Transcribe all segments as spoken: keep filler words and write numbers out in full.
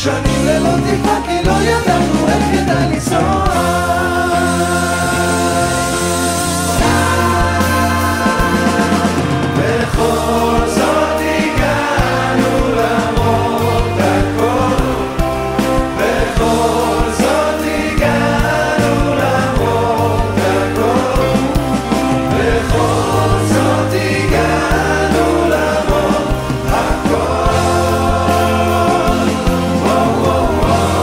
שנים ללא תקווה כי לא ידענו איך כדאי לנסוע. בכל זאת הגענו למרות הכל, בכל זאת הגענו למרות הכל, בכל זאת הגענו למרות הכל. וואו וואו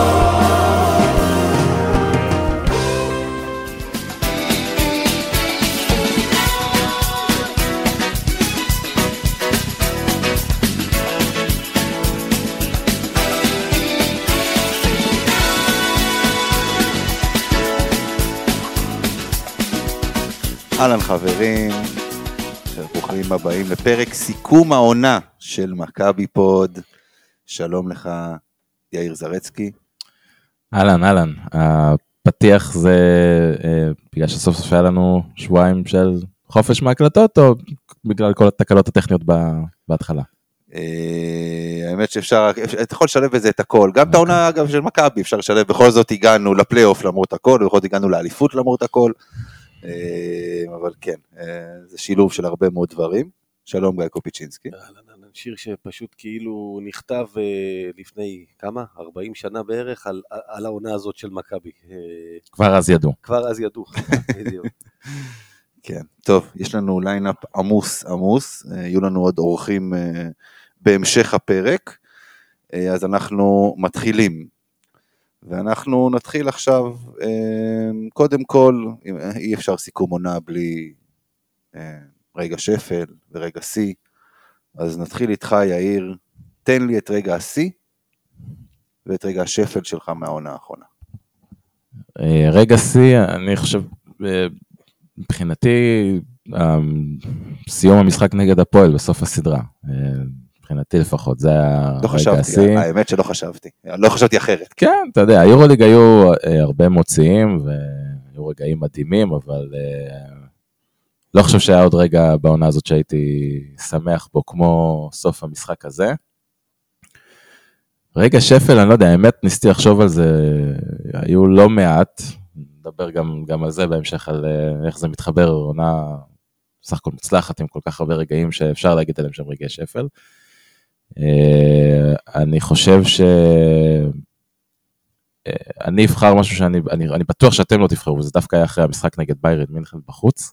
אהלן חברים, ברוכים הבאים לפרק סיכום העונה של מכבי פוד. שלום לך יאיר זרצקי. אהלן, אהלן. הפתיח זה בגלל שסוף סוף היה לנו שבועיים של חופש מהקלטות, או בגלל כל התקלות הטכניות בהתחלה? האמת שאפשר, אתה יכול לשלב בזה את הכל, גם את העונה אגב של מכבי אפשר לשלב. בכל זאת הגענו לפלייאוף למרות הכל, ובכל זאת הגענו לאליפות למרות הכל, אבל כן, זה שילוב של הרבה מאוד דברים. שלום גיא קופיצ'ינסקי. שיר שפשוט כאילו נכתב לפני כמה? ארבעים שנה בערך על, על העונה הזאת של מכבי. כבר אז ידעו. כבר אז ידעו, בדיוק. כן, טוב, יש לנו ליינאפ עמוס עמוס, יהיו לנו עוד אורחים בהמשך הפרק, אז אנחנו מתחילים. ואנחנו נתחיל עכשיו, קודם כל, אי אפשר סיכום עונה בלי רגע שפל ורגע סי, אז נתחיל איתך יאיר, תן לי את רגע הסי, ואת רגע השפל שלך מהעונה האחרונה. רגע סי, אני חושב, מבחינתי, סיום המשחק נגד הפועל בסוף הסדרה, מבחינתי לפחות, זה היה לא חשבתי, האמת שלא חשבתי, לא חשבתי אחרת. כן, אתה יודע, היורוליג היו הרבה מוציאים, והיו רגעים מדהימים, אבל לא חושב שהיה עוד רגע בעונה הזאת שהייתי שמח בו, כמו סוף המשחק הזה. רגע שפל, אני לא יודע, האמת ניסיתי לחשוב על זה, היו לא מעט, נדבר גם, גם על זה בהמשך, על איך זה מתחבר, עונה סך הכל מוצלחת, עם כל כך הרבה רגעים שאפשר להגיד עליהם שהם רגעי שפל. אני חושב ש... אני אבחר משהו שאני, אני, אני בטוח שאתם לא תבחרו, זה דווקא היה אחרי המשחק נגד ביירן מינכן בחוץ,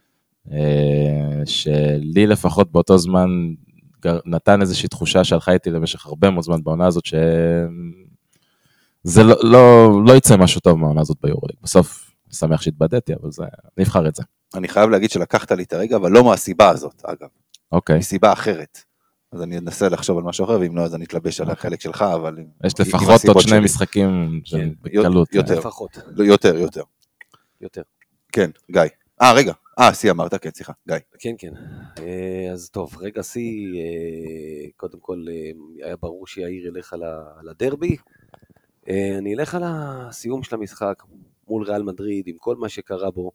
שלי לפחות באותו זמן נתן איזושהי תחושה שהלכה איתי למשך הרבה מאוד זמן בעונה הזאת, שזה לא, לא, לא יצא משהו טוב מהעונה הזאת ביורוליג. בסוף אני שמח שהתבדתי, אבל זה, אני אבחר את זה. אני חייב להגיד שלקחת לי את הרגע, אבל לא מהסיבה הזאת, אגב. אוקיי. מסיבה אחרת. אז אני אנסה לחשוב על משהו אחר, ואם לא, אז אני אתלבש על החלק שלך, אבל... יש לפחות עוד שני משחקים בקלות. יותר, לפחות. יותר, יותר. יותר. כן, גיא. אה, רגע. אה, סי אמרת, כן, סליחה, גיא. כן, כן. אז טוב, רגע סי, קודם כל היה ברור שיאיר ילך על הדרבי. אני אלך על הסיום של המשחק מול ריאל מדריד, עם כל מה שקרה בו.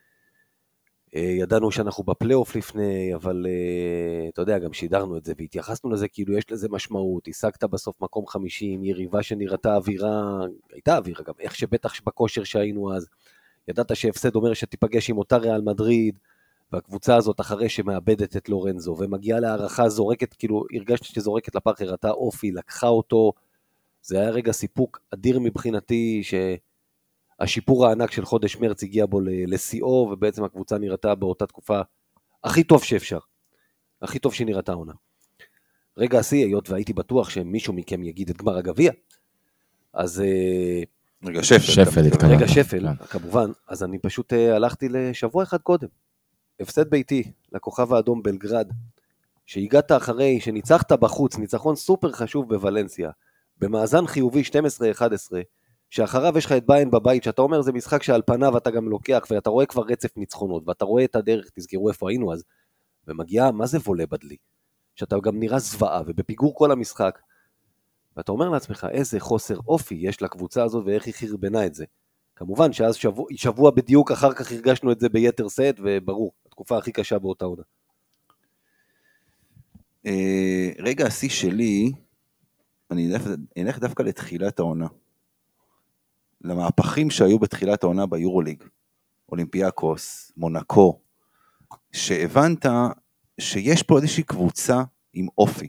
ידענו שאנחנו בפלייאוף לפני, אבל אתה יודע, גם שידרנו את זה, והתייחסנו לזה כאילו יש לזה משמעות, השגת בסוף מקום חמישים, יריבה שנראתה אווירה, הייתה אווירה גם, איך שבטח בכושר שהיינו אז, ידעת שהפסד אומר שתיפגש עם אותה ריאל מדריד, והקבוצה הזאת אחרי שמאבדת את לורנזו, ומגיעה להערכה זורקת, כאילו הרגשת שזורקת לפח, הראתה אופי, לקחה אותו, זה היה רגע סיפוק אדיר מבחינתי, שהשיפור הענק של חודש מרץ הגיע בו לסיאו, ובעצם הקבוצה נראתה באותה תקופה הכי טוב שאפשר, הכי טוב שנראתה עונה. רגע השיא, היות והייתי בטוח שמישהו מכם יגיד את גמר הגביע, אז... רגע שפל, שפל התכוון. רגע שפל, כמובן, אז אני פשוט הלכתי לשבוע אחד קודם, הפסד ביתי לכוכב האדום בלגרד, שהגעת אחרי שניצחת בחוץ, ניצחון סופר חשוב בוולנסיה, במאזן חיובי שתים עשרה אחת עשרה, שאחריו יש לך את ביין בבית, שאתה אומר זה משחק שעל פניו אתה גם לוקח, ואתה רואה כבר רצף ניצחונות, ואתה רואה את הדרך, תזכרו איפה היינו אז, ומגיעה, מה זה וולה בדלי? שאתה גם נראה זוועה, ובפיגור כל המשחק, ואתה אומר לעצמך, איזה חוסר אופי יש לקבוצה הזאת, ואיך היא חרבנה את זה. כמובן שאז שבוע, שבוע בדיוק אחר כך הרגשנו את זה ביתר סט, וברור, התקופה הכי קשה באותה עונה. רגע השיא שלי, אני אלך, אני אלך דווקא לתחילת העונה. למהפכים שהיו בתחילת העונה ביורוליג, אולימפיאקוס, מונקו, שהבנת שיש פה איזושהי קבוצה עם אופי.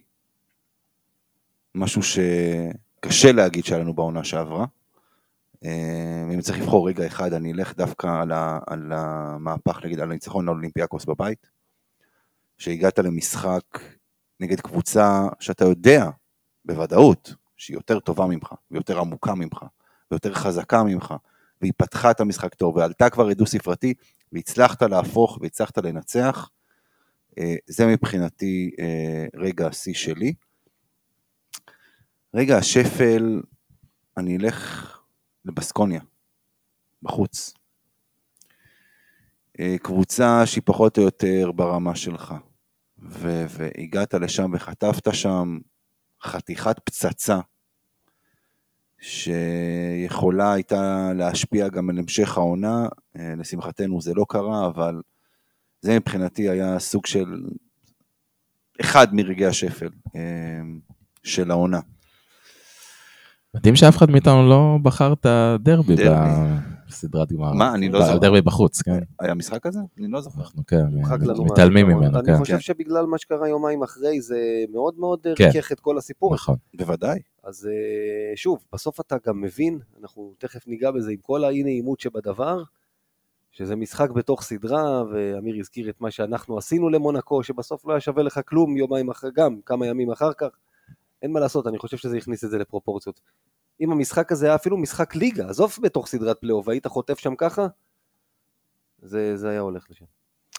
משהו שקשה להגיד שהיה לנו בעונה שעברה. אם צריך לבחור רגע אחד, אני אלך דווקא על, ה, על המהפך, נגיד, על הניצחון לאולימפיאקוס בבית, שהגעת למשחק נגד קבוצה שאתה יודע בוודאות שהיא יותר טובה ממך, ויותר עמוקה ממך, ויותר חזקה ממך, והיא פתחה את המשחק טוב, ועלתה כבר עדו ספרתי, והצלחת להפוך, והצלחת לנצח. זה מבחינתי רגע השיא שלי. רגע השפל, אני אלך לבסקוניה, בחוץ. קבוצה שהיא פחות או יותר ברמה שלך, ו- והגעת לשם וחטפת שם חתיכת פצצה, שיכולה הייתה להשפיע גם על המשך העונה. לשמחתנו זה לא קרה, אבל זה מבחינתי היה סוג של אחד מרגעי השפל של העונה. מדהים שאף אחד מאיתנו לא בחר את הדרבי בסדרת גמר. מה, אני לא זוכר. הדרבי בחוץ, כן. היה משחק כזה? אני לא זוכר. אנחנו כן, מתעלמים ממנו, כן. אני חושב שבגלל מה שקרה יומיים אחרי, זה מאוד מאוד ריכך את כל הסיפור. נכון. בוודאי. אז שוב, בסוף אתה גם מבין, אנחנו תכף ניגע בזה עם כל האי נעימות שבדבר, שזה משחק בתוך סדרה, ואמיר הזכיר את מה שאנחנו עשינו למונקו, שבסוף לא היה שווה לך כלום יומיים אחרי, גם כמה ימים אחר כך. אין מה לעשות, אני חושב שזה יכניס את זה לפרופורציות. אם המשחק הזה היה אפילו משחק ליגה, עזוב בתוך סדרת פלייאוף, והיית חוטף שם ככה, זה, זה היה הולך לשם.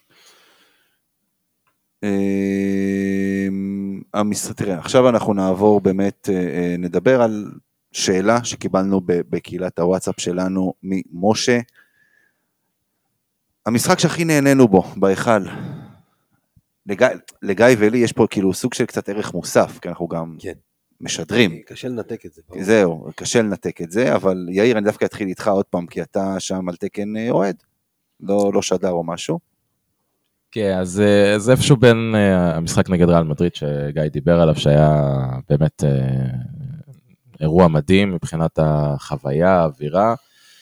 תראה, עכשיו אנחנו נעבור באמת, נדבר על שאלה שקיבלנו בקהילת הוואטסאפ שלנו ממשה. המשחק שהכי נהנינו בו, בהיכל. לגיא, לגיא ולי יש פה כאילו סוג של קצת ערך מוסף, כי אנחנו גם כן. משדרים. קשה לנתק את זה. זהו, קשה לנתק את זה, אבל יאיר, אני דווקא אתחיל איתך עוד פעם, כי אתה שם על תקן אוהד, לא, לא שדר או משהו. כן, אז זה איפשהו בין המשחק נגד ריאל מדריד, שגיא דיבר עליו, שהיה באמת אירוע מדהים מבחינת החוויה, האווירה,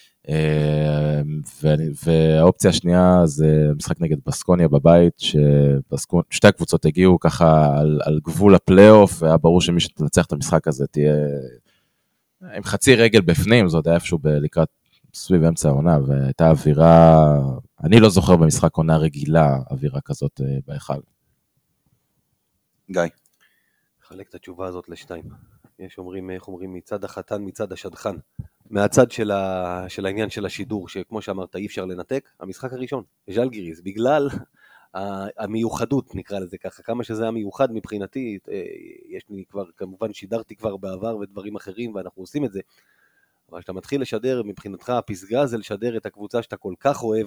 והאופציה השנייה זה משחק נגד בסקוניה בבית, ששתי הקבוצות הגיעו ככה על, על גבול הפלייאוף, והיה ברור שמי שתנצח את המשחק הזה תהיה עם חצי רגל בפנים, זאת היה איפשהו לקראת סביב אמצע העונה, והייתה אווירה, אני לא זוכר במשחק עונה רגילה, אווירה כזאת בהיכל. גיא. חלק את התשובה הזאת לשתיים. יש אומרים, איך אומרים, מצד החתן, מצד השדכן. מהצד של, ה, של העניין של השידור, שכמו שאמרת, אי אפשר לנתק, המשחק הראשון, ז'לגיריס, בגלל המיוחדות, נקרא לזה ככה, כמה שזה היה מיוחד מבחינתי, יש לי כבר, כמובן שידרתי כבר בעבר ודברים אחרים, ואנחנו עושים את זה, אבל כשאתה מתחיל לשדר, מבחינתך הפסגה זה לשדר את הקבוצה שאתה כל כך אוהב,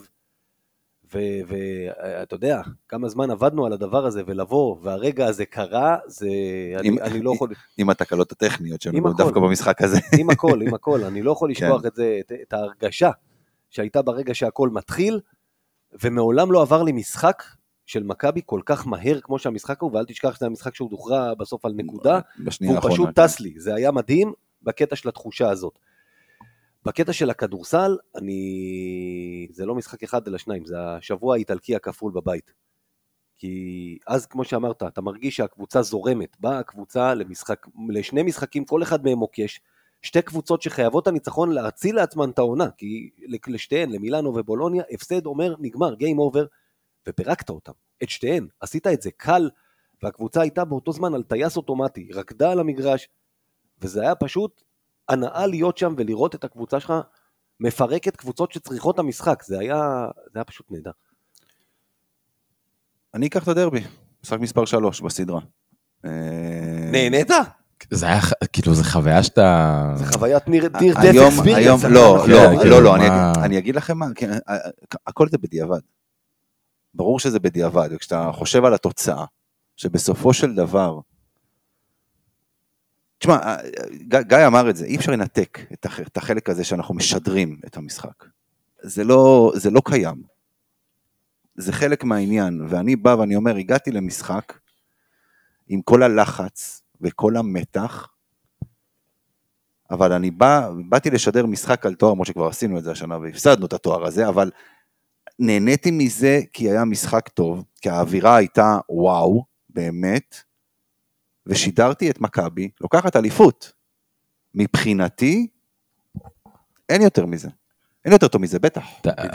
ואתה יודע, כמה זמן עבדנו על הדבר הזה, ולבוא, והרגע הזה קרה, זה, עם, אני, אני לא יכול... עם התקלות הטכניות, שהן דווקא במשחק הזה. עם הכל, עם הכל, אני לא יכול לשכוח את זה, את, את ההרגשה, שהייתה ברגע שהכל מתחיל, ומעולם לא עבר לי משחק של מכבי כל כך מהר, כמו שהמשחק הוא, ואל תשכח שזה המשחק שהוא דוכרע בסוף על נקודה, והוא פשוט טס לי, זה היה מדהים, בקטע של התחושה הזאת. בקטע של הכדורסל, אני... זה לא משחק אחד אלא שניים, זה השבוע האיטלקי הכפול בבית. כי אז, כמו שאמרת, אתה מרגיש שהקבוצה זורמת, באה הקבוצה למשחק, לשני משחקים, כל אחד מהם מוקש, שתי קבוצות שחייבות הניצחון להציל לעצמן את העונה, כי לשתיהן, למילאנו ובולוניה, הפסד אומר, נגמר, גיים אובר, ופרקת אותם, את שתיהן, עשית את זה קל, והקבוצה הייתה באותו זמן על טייס אוטומטי, רקדה על המגרש, וזה היה פשוט הנאה להיות שם ולראות את הקבוצה שלך מפרקת קבוצות שצריכות המשחק, זה היה, זה היה פשוט נהדר. אני אקח את הדרבי, משחק מספר שלוש בסדרה. נהנית? זה היה, כאילו, זה חוויה שאתה... זה חוויית ניר דף אקספיריאנס. לא, לא, לא, לא, אני אגיד לכם מה, הכל זה בדיעבד. ברור שזה בדיעבד, וכשאתה חושב על התוצאה, שבסופו של דבר, תשמע, גיא אמר את זה, אי אפשר לנתק את החלק הזה שאנחנו משדרים את המשחק. זה לא, זה לא קיים. זה חלק מהעניין, ואני בא ואני אומר, הגעתי למשחק עם כל הלחץ וכל המתח, אבל אני בא, באתי לשדר משחק על תואר, כמו שכבר עשינו את זה השנה, והפסדנו את התואר הזה, אבל נהניתי מזה כי היה משחק טוב, כי האווירה הייתה וואו, באמת, ושידרתי את מכבי, לוקחת אליפות. מבחינתי, אין יותר מזה. אין יותר טוב מזה, בטח.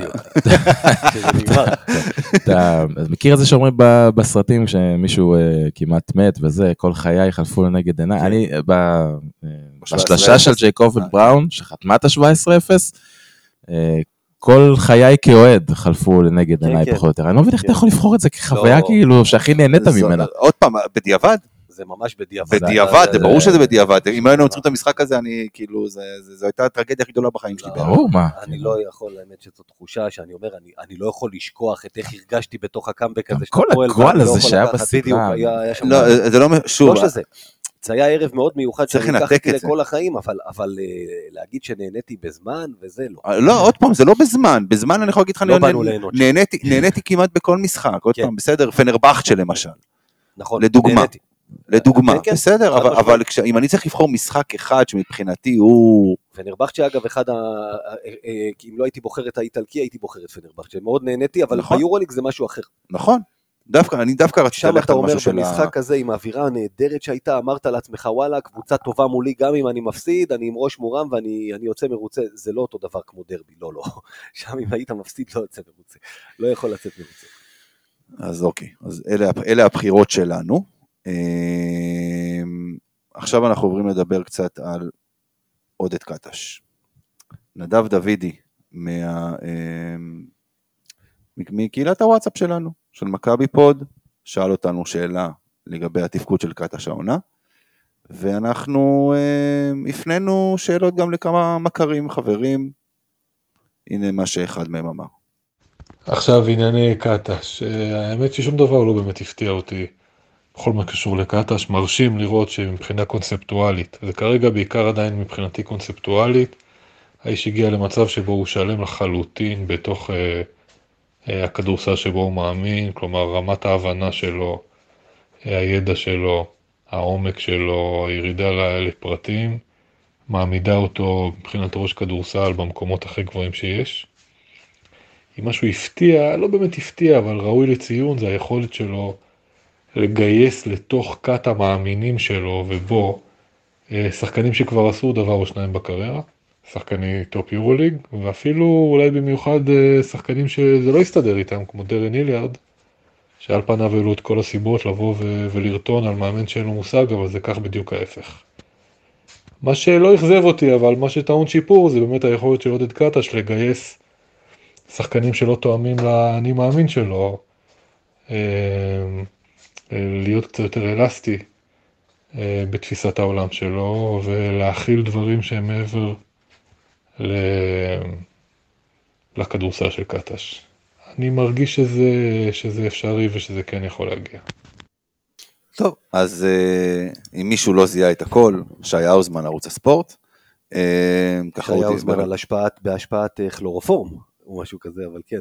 אתה מכיר את זה שאומרים בסרטים שמישהו כמעט מת וזה, כל חיי חלפו לנגד עיניי. אני בשלשה של ג'ייקוב ובראון, שחתמה את ה-שבע עשרה אפס, כל חיי כאוהד חלפו לנגד עיניי פחות או יותר. אני לא מבין איך אתה יכול לבחור את זה כחוויה כאילו שהכי נהנית ממנה. עוד פעם, בדיעבד? זה ממש בדיעבד. בדיעבד, זה ברור שזה בדיעבד. אם היינו עוצרים את המשחק הזה, אני כאילו, זו הייתה הטרגדיה הכי גדולה בחיים שלי. ברור, מה? אני לא יכול, האמת שזו תחושה שאני אומר, אני לא יכול לשכוח את איך הרגשתי בתוך הקאמבק הזה. כל הגול הזה שהיה בסדרה. לא, זה לא, שוב. לא שזה. זה היה ערב מאוד מיוחד שאני לקחתי לכל החיים, אבל להגיד שנהניתי בזמן, וזה לא. לא, עוד פעם, זה לא בזמן. בזמן אני יכול להגיד לך, נהניתי כמעט בכל משחק. עוד פעם, בסדר, פנרבכצ'ה למשל. נכון, לדוגמה. לדוגמה, בסדר, אבל אם אני צריך לבחור משחק אחד שמבחינתי הוא... פנרבכצ'ה אגב, אחד ה... אם לא הייתי בוחר את האיטלקי, הייתי בוחר את פנרבכצ'ה, מאוד נהניתי, אבל ביורוליג זה משהו אחר. נכון, דווקא, אני דווקא רציתי ללכת על משהו של... שם אתה אומר במשחק הזה, עם האווירה הנהדרת שהייתה, אמרת לעצמך, וואלה, קבוצה טובה מולי, גם אם אני מפסיד, אני עם ראש מורם ואני יוצא מרוצה, זה לא אותו דבר כמו דרבי, לא, לא. שם אם היית מפסיד, לא יוצא מרוצה. לא יכול לצאת מרוצה. אז אוקיי, אז אלה הבחירות שלנו. עכשיו אנחנו עוברים לדבר קצת על עודד קטש. נדב דוידי מה, מקהילת הוואטסאפ שלנו, של מכבי פוד, שאל אותנו שאלה לגבי התפקוד של קטש העונה, ואנחנו הפנינו שאלות גם לכמה מכרים, חברים. הנה מה שאחד מהם אמר. עכשיו ענייני קטש, האמת ששום דבר לא באמת הפתיע אותי. בכל מה קשור לקטש, מרשים לראות שמבחינה קונספטואלית, וכרגע בעיקר עדיין מבחינתי קונספטואלית, האיש הגיע למצב שבו הוא שלם לחלוטין בתוך אה, אה, הכדורסל שבו הוא מאמין, כלומר רמת ההבנה שלו, אה, הידע שלו, העומק שלו, הירידה לפרטים, מעמידה אותו מבחינת ראש כדורסל במקומות הכי גבוהים שיש. אם משהו הפתיע, לא באמת הפתיע, אבל ראוי לציון, זה היכולת שלו לגייס לתוך קט המאמינים שלו ובו שחקנים שכבר עשו דבר או שניים בקריירה, שחקני טופ יורוליג, ואפילו אולי במיוחד שחקנים שזה לא יסתדר איתם, כמו דרן היליארד, שעל פניו העלו את כל הסיבות לבוא ו- ולרטון על מאמן שאין לו מושג, אבל זה כך בדיוק ההפך. מה שלא יחזב אותי, אבל מה שטעון שיפור, זה באמת היכולת של עודד קטש לגייס שחקנים שלא תואמים לאני מאמין שלו, להיות קצת יותר אלסטי בתפיסת העולם שלו, ולהכיל דברים שהם מעבר לכדורסל של קטש. אני מרגיש שזה, שזה אפשרי ושזה כן יכול להגיע. טוב, אז אם מישהו לא זיהה את הכל, שי האוזמן, ערוץ הספורט. שי האוזמן על השפעת, בהשפעת כלורופורם. או משהו כזה, אבל כן,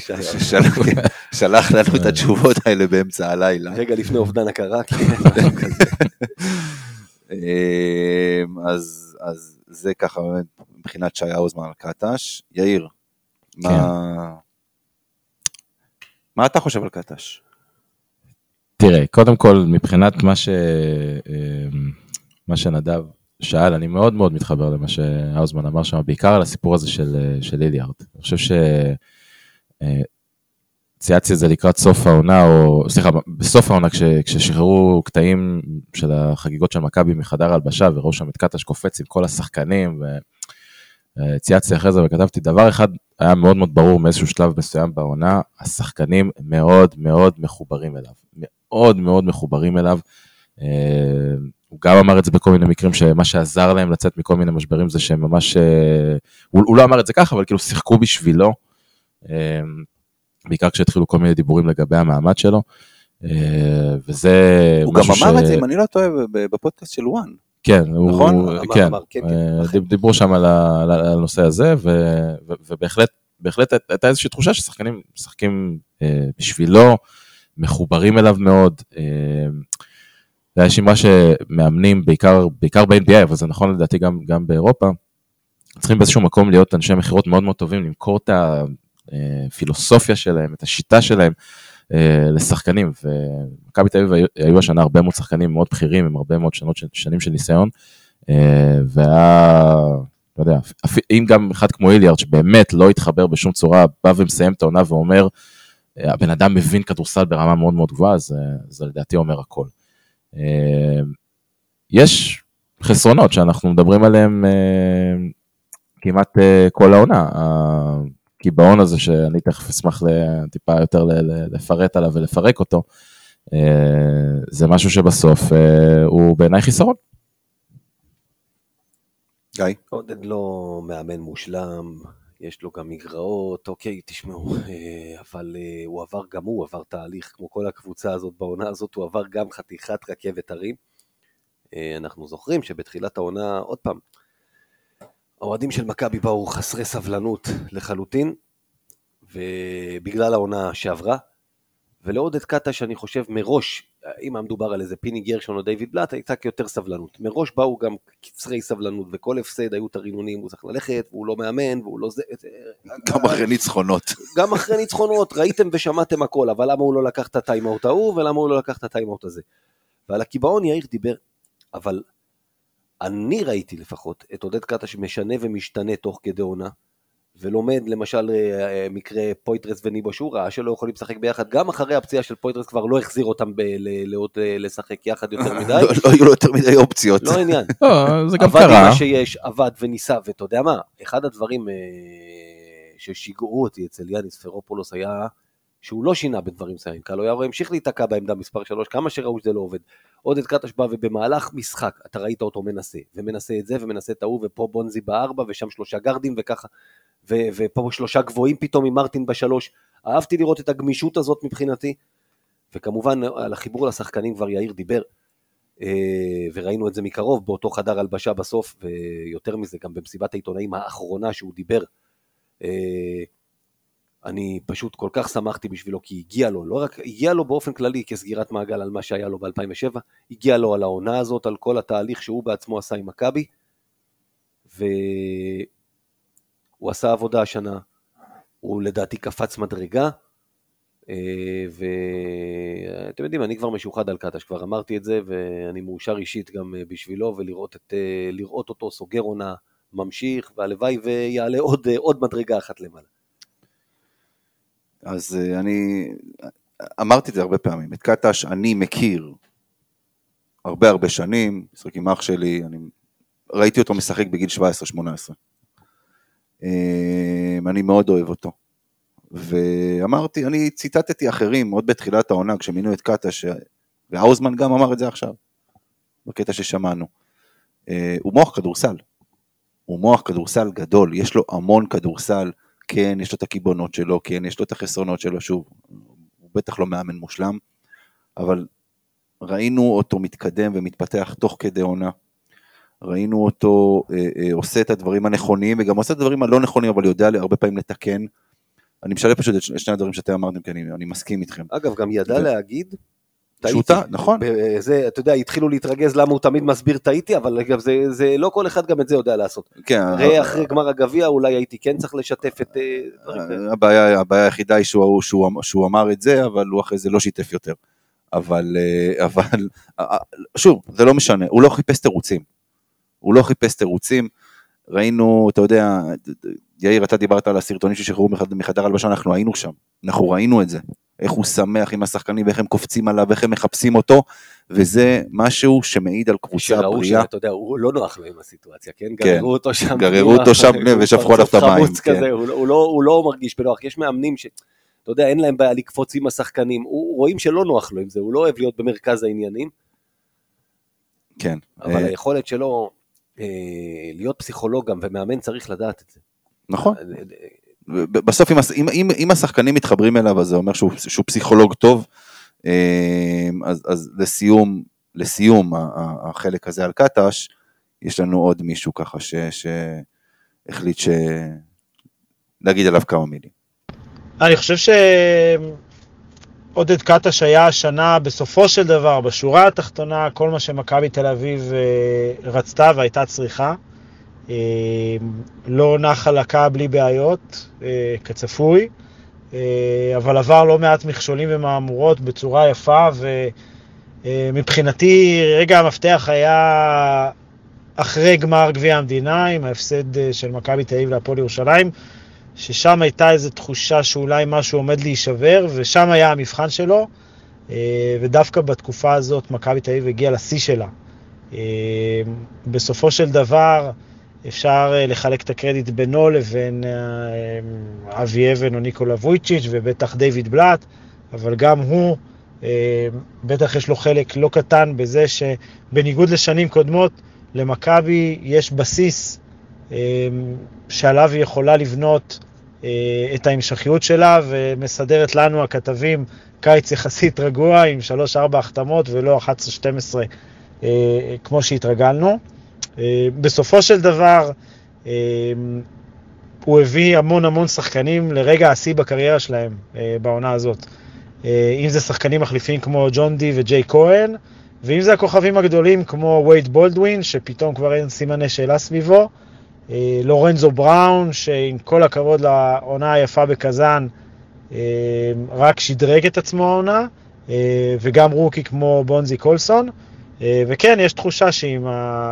שלח לנו את התשובות האלה באמצע הלילה. רגע לפני אובדן הכרה. אז זה ככה מבחינת שי האוזמן על קטש. יאיר, מה אתה חושב על קטש? תראה, קודם כל מבחינת מה שנדב שאל, אני מאוד מאוד מתחבר למה שהאוזמן אמר שם, בעיקר על הסיפור הזה של, של היליארד. אני חושב שצייצתי את זה לקראת סוף העונה, או סליחה, בסוף העונה, כש, כששחררו קטעים של החגיגות של מכבי מחדר הלבשה, וראו שם את קטש קופץ עם כל השחקנים, וצייצתי אחרי זה וכתבתי, דבר אחד היה מאוד מאוד ברור מאיזשהו שלב מסוים בעונה, השחקנים מאוד מאוד מחוברים אליו, מאוד מאוד מחוברים אליו, הוא גם אמר את זה בכל מיני מקרים, שמה שעזר להם לצאת מכל מיני משברים, זה שהם ממש, הוא, הוא לא אמר את זה ככה, אבל כאילו שיחקו בשבילו, בעיקר כשהתחילו כל מיני דיבורים לגבי המעמד שלו, וזה הוא גם אמר את זה, אם אני לא טועה, בפודקאסט של וואן. כן, כן, דיברו שם על הנושא הזה, ובהחלט, בהחלט הייתה איזושהי תחושה ששחקנים משחקים בשבילו, מחוברים אליו מאוד, יש אמרה שמאמנים בעיקר, בעיקר ב-אן בי איי, אבל זה נכון לדעתי גם, גם באירופה, צריכים באיזשהו מקום להיות אנשי מחירות מאוד מאוד טובים, למכור את הפילוסופיה שלהם, את השיטה שלהם לשחקנים, ומכבי תל אביב היו השנה הרבה מאוד שחקנים מאוד בכירים, עם הרבה מאוד שנות, שנים של ניסיון, והיה, לא יודע, אם גם אחד כמו איליארד, שבאמת לא התחבר בשום צורה, בא ומסיים את העונה ואומר, הבן אדם מבין כדורסל ברמה מאוד מאוד גבוהה, אז זה לדעתי אומר הכל. יש חסרונות שאנחנו מדברים עליהם כמעט כל העונה, הקיבעון הזה שאני תכף אשמח טיפה יותר לפרט עליו ולפרק אותו, זה משהו שבסוף הוא בעיניי חיסרון. גיא? עודד לא מאמן מושלם, יש לו גם מגרעות, אוקיי, תשמעו, אבל הוא עבר גם הוא, עבר תהליך, כמו כל הקבוצה הזאת, בעונה הזאת, הוא עבר גם חתיכת רכבת הרים. אנחנו זוכרים שבתחילת העונה, עוד פעם, האוהדים של מכבי באו חסרי סבלנות לחלוטין, ובגלל העונה שעברה, ולעודד קטש, אני חושב מראש, אם המדובר על איזה פיני גרשון או דיוויד בלאט, הייתה יותר סבלנות. מראש באו גם קצרי סבלנות, וכל הפסד היו תרינונים, הוא צריך ללכת, והוא לא מאמן, והוא לא זה... גם אחרי ניצחונות. גם אחרי ניצחונות, ראיתם ושמעתם הכל, אבל למה הוא לא לקח את הטיימאוט ההוא, ולמה הוא לא לקח את הטיימאוט הזה. ועל הקיבעון יאיר דיבר, אבל אני ראיתי לפחות את עודד קטש משנה ומשתנה תוך כדי עונה, ולומד למשל מקרה פויטרס וניבושו, ראה שלא יכולים לשחק ביחד, גם אחרי הפציעה של פויטרס כבר לא החזיר אותם לשחק יחד יותר מדי. לא היו לו יותר מדי אופציות. לא עניין. זה גם עבד קרה. עם מה שיש, עבד וניסה, ואתה יודע מה, אחד הדברים ששיגעו אותי אצל יאניס פרופולוס היה, שהוא לא שינה בדברים סיים, קלויארו המשיך להתעקע בעמדה מספר שלוש, כמה שראו שזה לא עובד. עודד קטש בא ובמהלך משחק, אתה ראית אותו מנסה, ומנסה את זה, ומנסה את ההוא, ופה בונזי בארבע, ושם שלושה גרדים, וככה, ו- ופה שלושה גבוהים פתאום עם מרטין בשלוש. אהבתי לראות את הגמישות הזאת מבחינתי, וכמובן על החיבור לשחקנים כבר יאיר דיבר, וראינו את זה מקרוב, באותו חדר הלבשה בסוף, ויותר מזה גם במסיבת העיתונאים האחרונה שהוא דיבר, אני פשוט כל כך שמחתי בשבילו, כי הגיע לו, לא רק, הגיע לו באופן כללי כסגירת מעגל על מה שהיה לו ב-אלפיים ושבע, הגיע לו על העונה הזאת, על כל התהליך שהוא בעצמו עשה עם מכבי, והוא עשה עבודה השנה, הוא לדעתי קפץ מדרגה, ואתם יודעים, אני כבר משוחד על קטש, כבר אמרתי את זה, ואני מאושר אישית גם בשבילו, ולראות את, לראות אותו סוגר עונה, ממשיך, והלוואי ויעלה עוד, עוד מדרגה אחת למעלה. אז אני אמרתי את זה הרבה פעמים, את קטש אני מכיר הרבה הרבה שנים, משחק עם אח שלי, אני ראיתי אותו משחק בגיל שבע עשרה שמונה עשרה, אני מאוד אוהב אותו, ואמרתי, אני ציטטתי אחרים, עוד בתחילת העונה, כשמינו את קטש, והאוזמן גם אמר את זה עכשיו, בקטע ששמענו, הוא מוח כדורסל, הוא מוח כדורסל גדול, יש לו המון כדורסל, כן, יש לו את הקיבונות שלו, כן, יש לו את החסרונות שלו, שוב, הוא בטח לא מאמן מושלם, אבל ראינו אותו מתקדם ומתפתח תוך כדי עונה, ראינו אותו אה, אה, עושה את הדברים הנכונים, וגם עושה את הדברים הלא נכונים, אבל יודע הרבה פעמים לתקן, אני משלב פשוט את שני הדברים שאתם אמרתם, כי אני, אני מסכים איתכם. אגב, גם ידע ו... להגיד, שוטה, נכון. זה, אתה יודע, התחילו להתרגז למה הוא תמיד מסביר טעיתי, אבל אגב, זה, זה לא כל אחד גם את זה יודע לעשות. כן. ראה אחרי גמר הגביע, אולי הייתי כן צריך לשתף את... הבעיה, הבעיה היחידה היא שהוא, שהוא, שהוא אמר את זה, אבל הוא אחרי זה לא שיתף יותר. אבל, אבל, שוב, זה לא משנה, הוא לא חיפש תירוצים. הוא לא חיפש תירוצים. ראינו, אתה יודע, יאיר, אתה דיברת על הסרטונים ששחררו מחדר הלבשה, אנחנו היינו שם. אנחנו ראינו את זה. איך הוא שמח עם השחקנים, ואיך הם קופצים עליו, ואיך הם מחפשים אותו, וזה משהו שמעיד על קבוצה בריאה. אתה יודע, הוא לא נוח לו עם הסיטואציה, כן? גררו אותו שם. גררו אותו שם ושפכו עליו את המים. הוא לא מרגיש בנוח, יש מאמנים ש... אתה יודע, אין להם בעיה לקפוץ עם השחקנים, רואים שלא נוח לו עם זה, הוא לא אוהב להיות במרכז העניינים. כן. אבל היכולת שלו להיות פסיכולוג גם, ומאמן צריך לדעת את זה. נכון. בסוף אם, אם, אם השחקנים מתחברים אליו, אז זה אומר שהוא, שהוא פסיכולוג טוב, אז, אז לסיום, לסיום החלק הזה על קטש, יש לנו עוד מישהו ככה ש, שהחליט ש... להגיד עליו כמה מילים. אני חושב ש... עודד קטש היה השנה בסופו של דבר, בשורה התחתונה, כל מה שמכבי תל אביב רצתה והייתה צריכה. לא נח על הקה בלי בעיות, כצפוי, אבל עבר לא מעט מכשולים ומאמורות בצורה יפה, ומבחינתי רגע המפתח היה אחרי גמר גביע המדינה, עם ההפסד של מכבי תל אביב להפועל ירושלים, ששם הייתה איזו תחושה שאולי משהו עומד להישבר, ושם היה המבחן שלו, ודווקא בתקופה הזאת מכבי תל אביב הגיעה לשיא שלה. בסופו של דבר אפשר לחלק את הקרדיט בינו לבין אבי אבן או ניקולה וויצ'יץ' ובטח דיוויד בלאט, אבל גם הוא, בטח יש לו חלק לא קטן בזה שבניגוד לשנים קודמות, למכבי יש בסיס שעליו היא יכולה לבנות את ההמשכיות שלה, ומסדרת לנו הכתבים קיץ יחסית רגוע עם שלוש ארבע החתמות ולא אחת עשרה שתים עשרה כמו שהתרגלנו. בסופו של דבר הוא הביא המון המון שחקנים לרגע השיא בקריירה שלהם בעונה הזאת. אם זה שחקנים מחליפים כמו ג'ון די וג'יי כהן, ואם זה הכוכבים הגדולים כמו וייד בולדווין, שפתאום כבר אין סימני שאלה סביבו, לורנזו בראון, שעם כל הכבוד לעונה היפה בקזן, רק שדרג את עצמו העונה, וגם רוקי כמו בונזי קולסון, וכן, יש תחושה שעם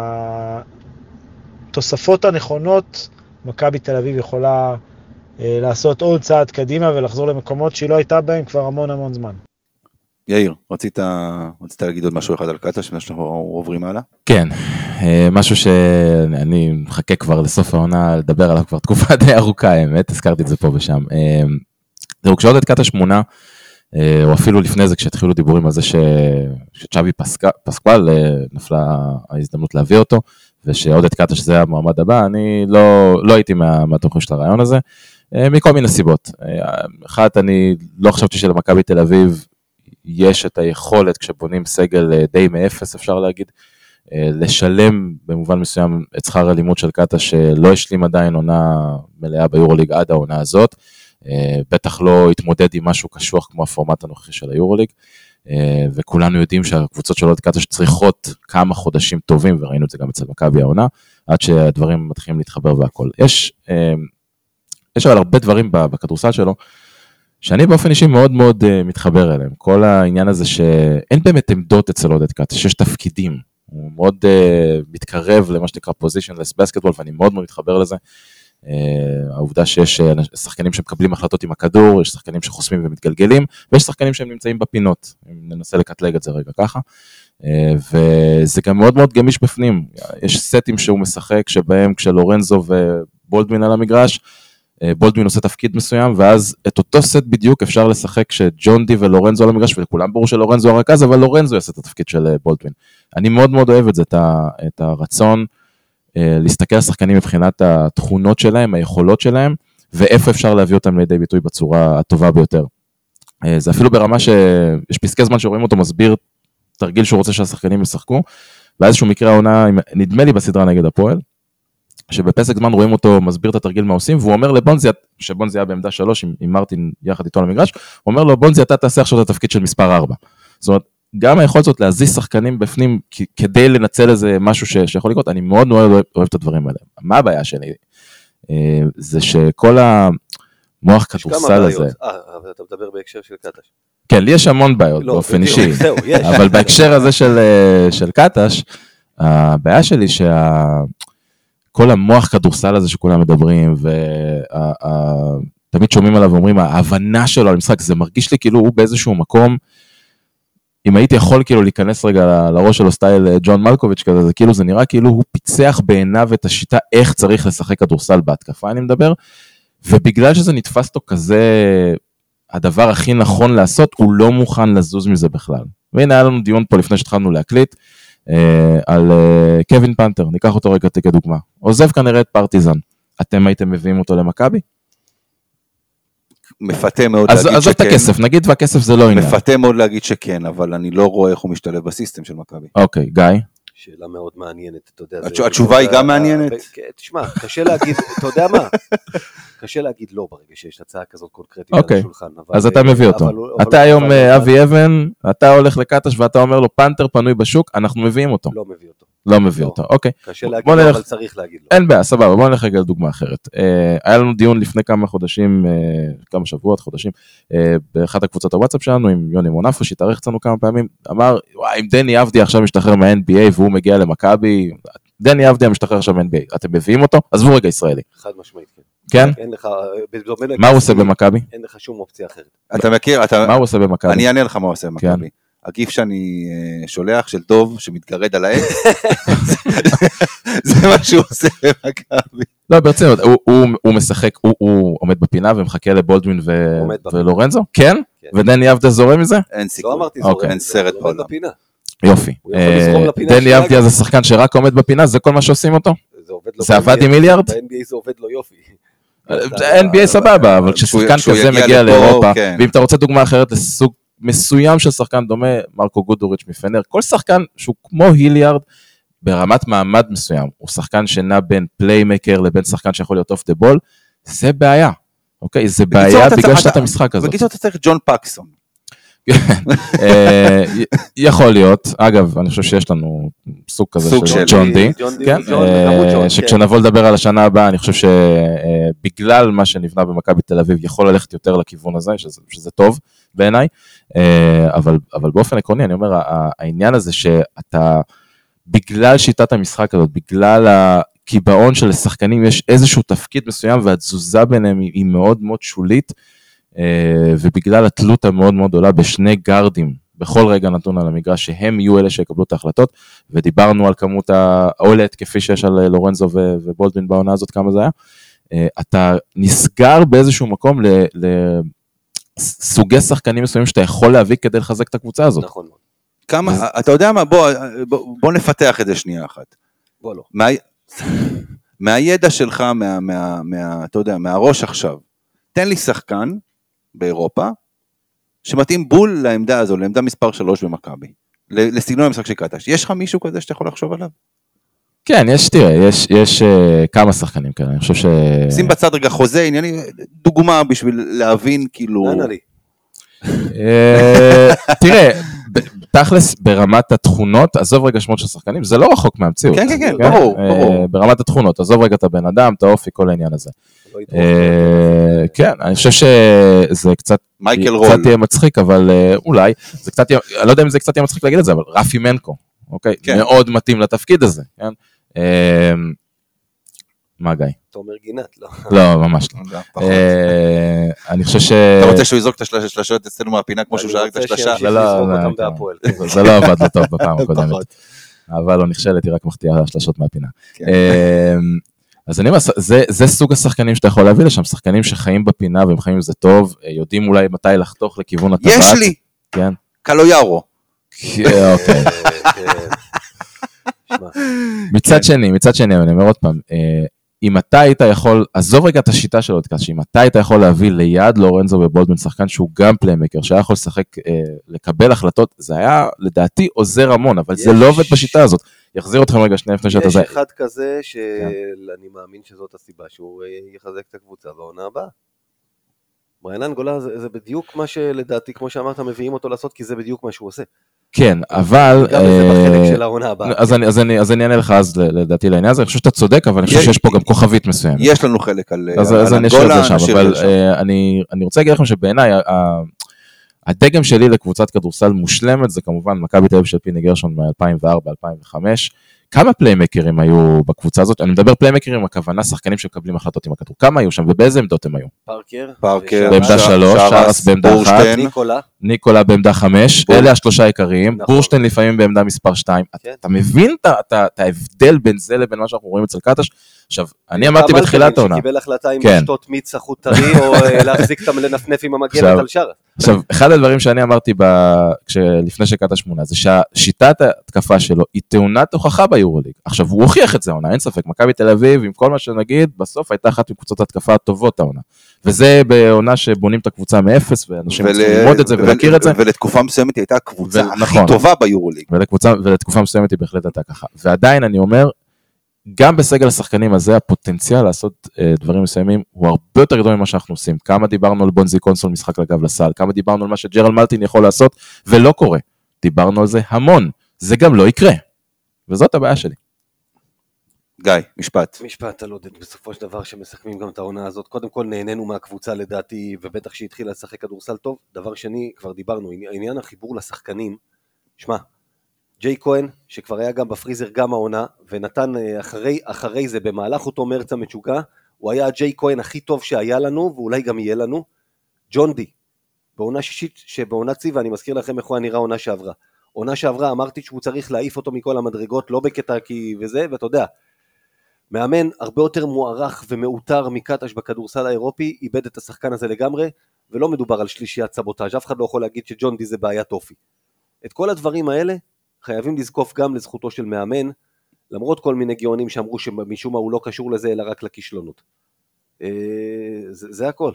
התוספות הנכונות, מכבי תל אביב יכולה לעשות עוד צעד קדימה ולחזור למקומות שהיא לא הייתה בהם כבר המון המון זמן. יאיר, רצית, רצית להגיד עוד משהו אחד על קטש, לפני שאנחנו עוברים הלאה? כן, משהו שאני מחכה כבר לסוף העונה לדבר עליו כבר תקופה די ארוכה, האמת, הזכרתי את זה פה ושם. זהו, כשעודד קטש מונה, או אפילו לפני זה, כשהתחילו דיבורים על זה שצ'אבי פסקואל נפלה ההזדמנות להביא אותו, ושעודד קטש זה המועמד הבא, אני לא, לא הייתי מה, מהתומכים של הרעיון הזה, מכל מיני סיבות. אחת, אני לא חשבתי שלמכבי תל אביב יש את היכולת, כשבונים סגל די מאפס, אפשר להגיד, לשלם במובן מסוים את שכר הלימוד של קטש, שלא השלים עדיין עונה מלאה ביורוליג עד העונה הזאת, בטח לא התמודד עם משהו קשוח כמו הפורמט הנוכחי של היורוליג, וכולנו יודעים שהקבוצות של עודד קטש צריכות כמה חודשים טובים, וראינו את זה גם אצל מכבי העונה, עד שהדברים מתחילים להתחבר והכל. יש, יש אבל הרבה דברים בכדורסל שלו, שאני באופן אישי מאוד מאוד מתחבר אליהם. כל העניין הזה שאין באמת עמדות אצל עודד קטש, יש תפקידים. הוא מאוד מתקרב למה שנקרא positionless basketball, ואני מאוד מאוד מתחבר לזה. העובדה שיש שחקנים שמקבלים החלטות עם הכדור, יש שחקנים שחוסמים ומתגלגלים, ויש שחקנים שהם נמצאים בפינות, אם ננסה לקטלג את זה רגע ככה, וזה גם מאוד מאוד גמיש בפנים, יש סטים שהוא משחק, שבהם כשלורנזו ובולדווין על המגרש, בולדווין עושה תפקיד מסוים, ואז את אותו סט בדיוק אפשר לשחק כשג'ון די ולורנזו על המגרש, ולכולם ברור שלורנזו הרכז, אבל לורנזו יעשה את התפקיד של בולדווין. אני מאוד מאוד אוהב את זה, את הרצון, להסתכל על שחקנים מבחינת התכונות שלהם, היכולות שלהם, ואיפה אפשר להביא אותם לידי ביטוי בצורה הטובה ביותר. זה אפילו ברמה שיש פסקי זמן שרואים אותו מסביר תרגיל שהוא רוצה שהשחקנים ישחקו, באיזשהו מקרה העונה, נדמה לי בסדרה נגד הפועל, שבפסק זמן רואים אותו מסביר את התרגיל מה עושים, והוא אומר לבונזי, שבונזי היה בעמדה שלוש עם, עם מרטין יחד איתו על המגרש, הוא אומר לו, בונזי, אתה תעשה עכשיו את התפקיד של מספר ארבע. זאת אומרת, גם היכולת זאת להזיז שחקנים בפנים, כדי לנצל איזה משהו ש, שיכול לקרות, אני מאוד מאוד אוהב, אוהב את הדברים האלה. מה הבעיה שלי? זה שכל המוח כדורסל הזה... אה, אבל אתה מדבר בהקשר של קטש. כן, לי יש המון בעיות לא, באופן בדיוק, אישי, זהו, יש. אבל בהקשר הזה של, של קטש, הבעיה שלי שה... כל המוח כדורסל הזה שכולם מדברים, ותמיד שומעים עליו ואומרים, ההבנה שלו על המשחק, זה מרגיש לי כאילו הוא באיזשהו מקום, אם הייתי יכול כאילו להיכנס רגע לראש שלו סטייל ג'ון מלקוביץ' כזה, זה כאילו זה נראה כאילו הוא פיצח בעיניו את השיטה איך צריך לשחק כדורסל בהתקפה, אני מדבר, ובגלל שזה נתפס לו כזה, הדבר הכי נכון לעשות, הוא לא מוכן לזוז מזה בכלל. והנה היה לנו דיון פה לפני שהתחלנו להקליט, על קווין פנתר, ניקח אותו רגע כדוגמה. עוזב כנראה את פרטיזן. אתם הייתם מביאים אותו למכבי? מפתה מאוד אז, להגיד אז שכן. אז את הכסף, נגיד והכסף זה לא עניין. מפתה מאוד להגיד שכן, אבל אני לא רואה איך הוא משתלב בסיסטם של מכבי. אוקיי, גיא? שאלה מאוד מעניינת, אתה יודע. התשובה היא גם מעניינת? תשמע, קשה להגיד, אתה יודע מה? קשה להגיד לא ברגע שיש הצעה כזאת קונקרטית על אוקיי, השולחן. אז אתה מביא אותו. אתה היום אבי אבן, אתה הולך לקטש ואתה אומר לו, פנתר פנוי בשוק, אנחנו מביאים אותו. לא מביא אותו. לא מביא אותו, אוקיי. קשה להגיד לו, אבל צריך להגיד לו. אין בעיה, סבבה, בואו נלך רגע לדוגמה אחרת. היה לנו דיון לפני כמה חודשים, כמה שבועות, חודשים, באחת הקבוצות הוואטסאפ שלנו, עם יוני מונפו, שהתארח אצלנו כמה פעמים, אמר, וואי, אם דני אבדיה עכשיו משתחרר מה-אן בי איי, והוא מגיע למכבי, דני אבדיה משתחרר עכשיו מה-אן בי איי, אתם מביאים אותו? עזבו רגע ישראלי. חד משמעית, כן. כן? אין לך, מה הוא עושה במכבי? אין לך שום אופציה אחרת. אתה מכיר, אתה... מה הוא עושה במכבי? אני אענה לך מה הוא עושה במכבי. הגיף שאני שולח של דוב שמתגרד על העץ, זה מה שהוא עושה במכבי. לא, ברצינות, הוא משחק, הוא עומד בפינה ומחכה לבולדווין ולורנזו? כן? ודני אבדיה זורם מזה? אין סיכוי. לא אמרתי זורם, אין סרט הוא עומד בפינה. יופי. דני אבדיה זה שחקן שרק עומד בפינה, זה כל מה שעושים אותו? זה עבד עם מיליארד? ב-אן בי איי זה עובד לו יופי. ב-אן בי איי סבבה, אבל כששחקן כזה מגיע לאירופה, ואם אתה רוצה דוגמה אחרת לסוג מסוים של שחקן דומה, מרקו גודוריץ' מפנר, כל שחקן שהוא כמו היליארד, ברמת מעמד מסוים, הוא שחקן שנע בין פליימקר לבין שחקן שיכול להיות אוף דה בול, זה בעיה, אוקיי? זה בעיה בגלל שאתה המשחק הזה. בקיצור אתה צריך ג'ון פקסון. יכול להיות, אגב, אני חושב שיש לנו סוג כזה של ג'ון די, שכשנבוא לדבר על השנה הבאה, אני חושב שבגלל מה שנבנה במכבי תל אביב, יכול ללכת יותר לכיוון הזה, שזה טוב בעיניי, אבל באופן עקרוני, אני אומר, העניין הזה שאתה, בגלל שיטת המשחק הזאת, בגלל הקיבעון של השחקנים, יש איזשהו תפקיד מסוים, והתזוזה ביניהם היא מאוד מאוד שולית, ובגלל התלות המאוד מאוד עולה בשני גארדים, בכל רגע נתון על המגרש, שהם יהיו אלה שיקבלו את ההחלטות, ודיברנו על כמות העולת, כפי שיש על לורנזו ובולדווין בעונה הזאת, כמה זה היה, אתה נסגר באיזשהו מקום לסוגי שחקנים מסוימים, שאתה יכול להביא כדי לחזק את הקבוצה הזאת. נכון. כמה, אתה יודע מה, בוא, בוא נפתח את זה שנייה אחת. בוא לא. מהידע שלך, מה, מה, מה, אתה יודע, מהראש עכשיו, תן לי שחקן, באירופה, שמתאים בול לעמדה הזו, לעמדה מספר שלוש במכבי, לסגנון המשחק של קטש. יש לך מישהו כזה שאתה יכול לחשוב עליו? כן, יש, תראה, יש, יש uh, כמה שחקנים כאלה, אני חושב ש... שים בצד רגע חוזה, ענייני, דוגמה בשביל להבין, כאילו... נענה לי. תראה, תכלס ברמת התכונות, עזוב רגע שמות של שחקנים, זה לא רחוק מהמציאות. כן, כן, כן, ברור, ברור. ברמת התכונות, עזוב רגע את הבן אדם, את האופי, כל העניין הזה. כן, אני חושב שזה קצת יהיה מצחיק, אבל אולי, זה קצת, אני לא יודע אם זה קצת יהיה מצחיק להגיד את זה, אבל רפי מנקו, אוקיי? מאוד מתאים לתפקיד הזה, כן? מה גיא? תומר גינת, לא. לא, ממש לא. אני חושב ש... אתה רוצה שהוא יזרוק את השלשות אצלנו מהפינה, כמו שהוא שרק את השלשה? זה לא עבד לו טוב בפעם הקודמת. אבל לא נכשלת, היא רק מחטיאה השלשות מהפינה. אז אני אומר, זה סוג השחקנים שאתה יכול להביא לשם, שחקנים שחיים בפינה והם חיים עם זה טוב, יודעים אולי מתי לחתוך לכיוון הטבעת. יש לי! כן. קלויארו. אוקיי. מצד שני, מצד שני, אני אומר עוד פעם, אם אתה היית יכול, עזוב רגע את השיטה שלו, שאם אתה היית יכול להביא ליד לורנזו ובולדווין שחקן שהוא גם פליימקר, שהיה יכול לשחק, לקבל החלטות, זה היה לדעתי עוזר המון, אבל זה לא עובד בשיטה הזאת. יחזיר אתכם רגע שנייה לפני שאתה זה. יש אחד כזה שאני מאמין שזאת הסיבה, שהוא יחזק את הקבוצה בעונה הבאה. בריאן אנגולה זה בדיוק מה שלדעתי, כמו שאמרת, מביאים אותו לעשות, כי זה בדיוק מה שהוא עושה. כן, אבל... גם זה בחלק של העונה הבאה. אז אני אענה לך אז לדעתי לעניין הזה, אני חושב שאתה צודק, אבל אני חושב שיש פה גם כוכבית מסוימת. יש לנו חלק על אנגולה. אז אני אשאיר את זה שם, אבל אני רוצה להגיד לכם שבעיניי, הדגם שלי לקבוצת כדורסל מושלמת, זה כמובן מכבי תל אביב של פיני גרשון מ-אלפיים וארבע אלפיים וחמש, כמה פליימקרים היו בקבוצה הזאת? אני מדבר פליימקרים, הכוונה שחקנים שמקבלים החלטות עם הכדור. כמה היו שם ובאיזה עמדות הם היו? פארקר. פארקר. בעמדה שלוש, שרס בעמדה אחת. ניקולה. ניקולה בעמדה חמש. אלה השלושה העיקריים. בורשטיין לפעמים בעמדה מספר שתיים. אתה מבין את ההבדל בין זה לבין מה שאנחנו רואים אצל קטש? עכשיו, אני אמרתי בתחילת העונה. שקיבל החלטה אם לשתות מיץ החוט טרי או להחזיק אותם לנפנף עם המגנת על שרס. עכשיו, אחד הדברים שאני אמרתי לפני שקטש מונה, זה שהשיטת ההתקפה שלו היא טעונת הוכחה ביורוליג. עכשיו, הוא הוכיח את זה העונה, אין ספק, מכבי תל אביב, עם כל מה שנגיד, בסוף הייתה אחת מקבוצות התקפה הטובות העונה. וזה בעונה שבונים את הקבוצה מאפס, ואנשים צריכים ללמוד את זה ולהכיר את זה. ולתקופה מסוימת היא הייתה הקבוצה הכי טובה ביורוליג. ולתקופה מסוימת היא בהחלט הייתה ככה. ועדיין אני אומר, גם בסגל השחקנים הזה, הפוטנציאל לעשות אה, דברים מסוימים, הוא הרבה יותר גדול ממה שאנחנו עושים. כמה דיברנו על בונזי קונסול משחק לגב לסל, כמה דיברנו על מה שג'רל מלטין יכול לעשות, ולא קורה. דיברנו על זה המון. זה גם לא יקרה. וזאת הבעיה שלי. גיא, משפט. משפט על עודד, בסופו של דבר שמסכמים גם את העונה הזאת, קודם כל נהנינו מהקבוצה לדעתי, ובטח שהתחילה לשחק כדורסל טוב. דבר שני, כבר דיברנו, עניין החיבור לשחקנים, שמע, ג'יי כהן, שכבר היה גם בפריזר גם העונה, ונתן אחרי, אחרי זה, במהלך אותו מרץ המצ'וקה, הוא היה הג'יי כהן הכי טוב שהיה לנו, ואולי גם יהיה לנו, ג'ון די, בעונה שישית, שבעונה ציבה, אני מזכיר לכם איך הוא נראה עונה שעברה. עונה שעברה, אמרתי שהוא צריך להעיף אותו מכל המדרגות, לא בקטע כי וזה, ואתה יודע, מאמן הרבה יותר מוערך ומאותר מקטש בכדורסל האירופי, איבד את השחקן הזה לגמרי, ולא מדובר על שלישיית סבוטאז', אף אחד לא יכול להגיד שג'ון די זה בעיית אופי. את כל הדברים האלה, חייבים לזקוף גם לזכותו של מאמן, למרות כל מיני גאונים שאמרו שמשום מה הוא לא קשור לזה, אלא רק לכישלונות. זה, זה הכל.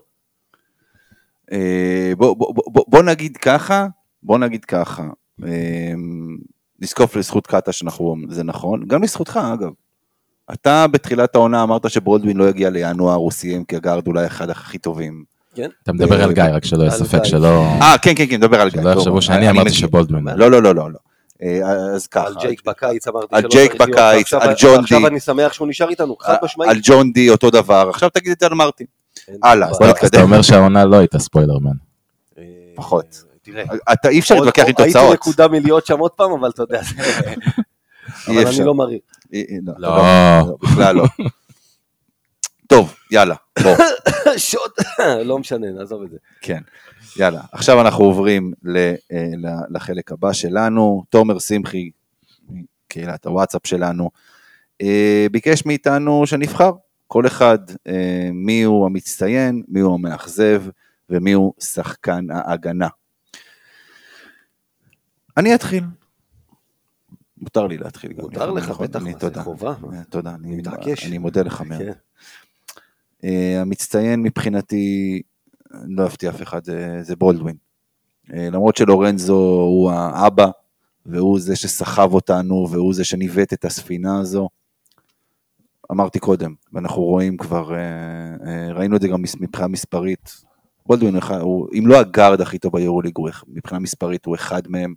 בוא, בוא, בוא, בוא נגיד ככה, בוא נגיד ככה, לזקוף לזכות קאטה שאנחנו, זה נכון, גם לזכותך אגב. אתה בתחילת העונה אמרת שבולדווין לא יגיע לינואר, הוא סיים כגארד אולי אחד הכי טובים. כן? אתה מדבר על גיא, רק שלא יהיה ספק שלא... אה, כן, כן, כן, מדבר על גיא. שלא יחשבו שאני אמרתי שבולדווין. לא, לא, לא, לא. אז ככה. על ג'ייק בקיץ אמרתי על ג'ייק בקיץ, על ג'ון די. עכשיו אני שמח שהוא נשאר איתנו, חד משמעית. על ג'ון די אותו דבר, עכשיו תגיד את זה על מרטין. הלאה, בוא נתקדם. אתה אומר שהעונה לא הייתה ספוילרמן. פחות. תראה. אתה אי אפשר להתווכח עם תוצאות. הייתי נקודה מלהיות שם עוד פעם, אבל אתה יודע. אבל אני לא מראה. לא. בכלל לא. טוב, יאללה, בוא. שוט, לא משנה, נעזוב את זה. כן, יאללה. עכשיו אנחנו עוברים לחלק הבא שלנו. תומר שמחי, קהילת הוואטסאפ שלנו, ביקש מאיתנו שנבחר כל אחד מי הוא המצטיין, מי הוא המאכזב, ומי הוא שחקן ההגנה. אני אתחיל. מותר לי להתחיל. מותר לך, בטח, זה חובה. תודה, אני מודה לך מאוד. המצטיין מבחינתי, לא אהבתי אף אחד, זה בולדווין. למרות שלורנזו הוא האבא, והוא זה שסחב אותנו, והוא זה שניווט את הספינה הזו. אמרתי קודם, ואנחנו רואים כבר, ראינו את זה גם מבחינה מספרית, בולדווין, אם לא הגארד הכי טוב ביורוליג, מבחינה מספרית הוא אחד מהם.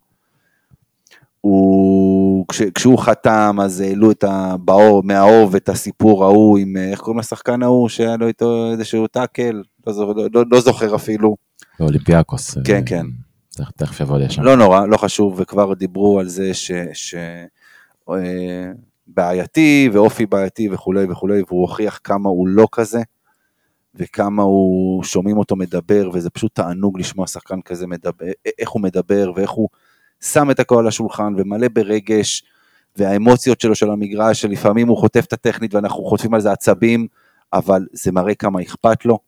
הוא, כש, כשהוא חתם, אז העלו את הבאור, מהאוב, את הסיפור ההוא, עם, איך קוראים לשחקן ההוא, שהיה לו איתו איזשהו טאקל, לא, לא, לא, לא זוכר אפילו. אולימפיאקוס. כן, כן. תכף יבוא לי שם. לא נורא, לא חשוב, וכבר דיברו על זה ש... ש אה, בעייתי, ואופי בעייתי וכו' וכו', והוא הוכיח כמה הוא לא כזה, וכמה הוא שומעים אותו מדבר, וזה פשוט תענוג לשמוע שחקן כזה מדבר, איך הוא מדבר, ואיך הוא שם את הכל על השולחן, ומלא ברגש, והאמוציות שלו של המגרש, שלפעמים הוא חוטף את הטכנית, ואנחנו חוטפים על זה עצבים, אבל זה מראה כמה אכפת לו,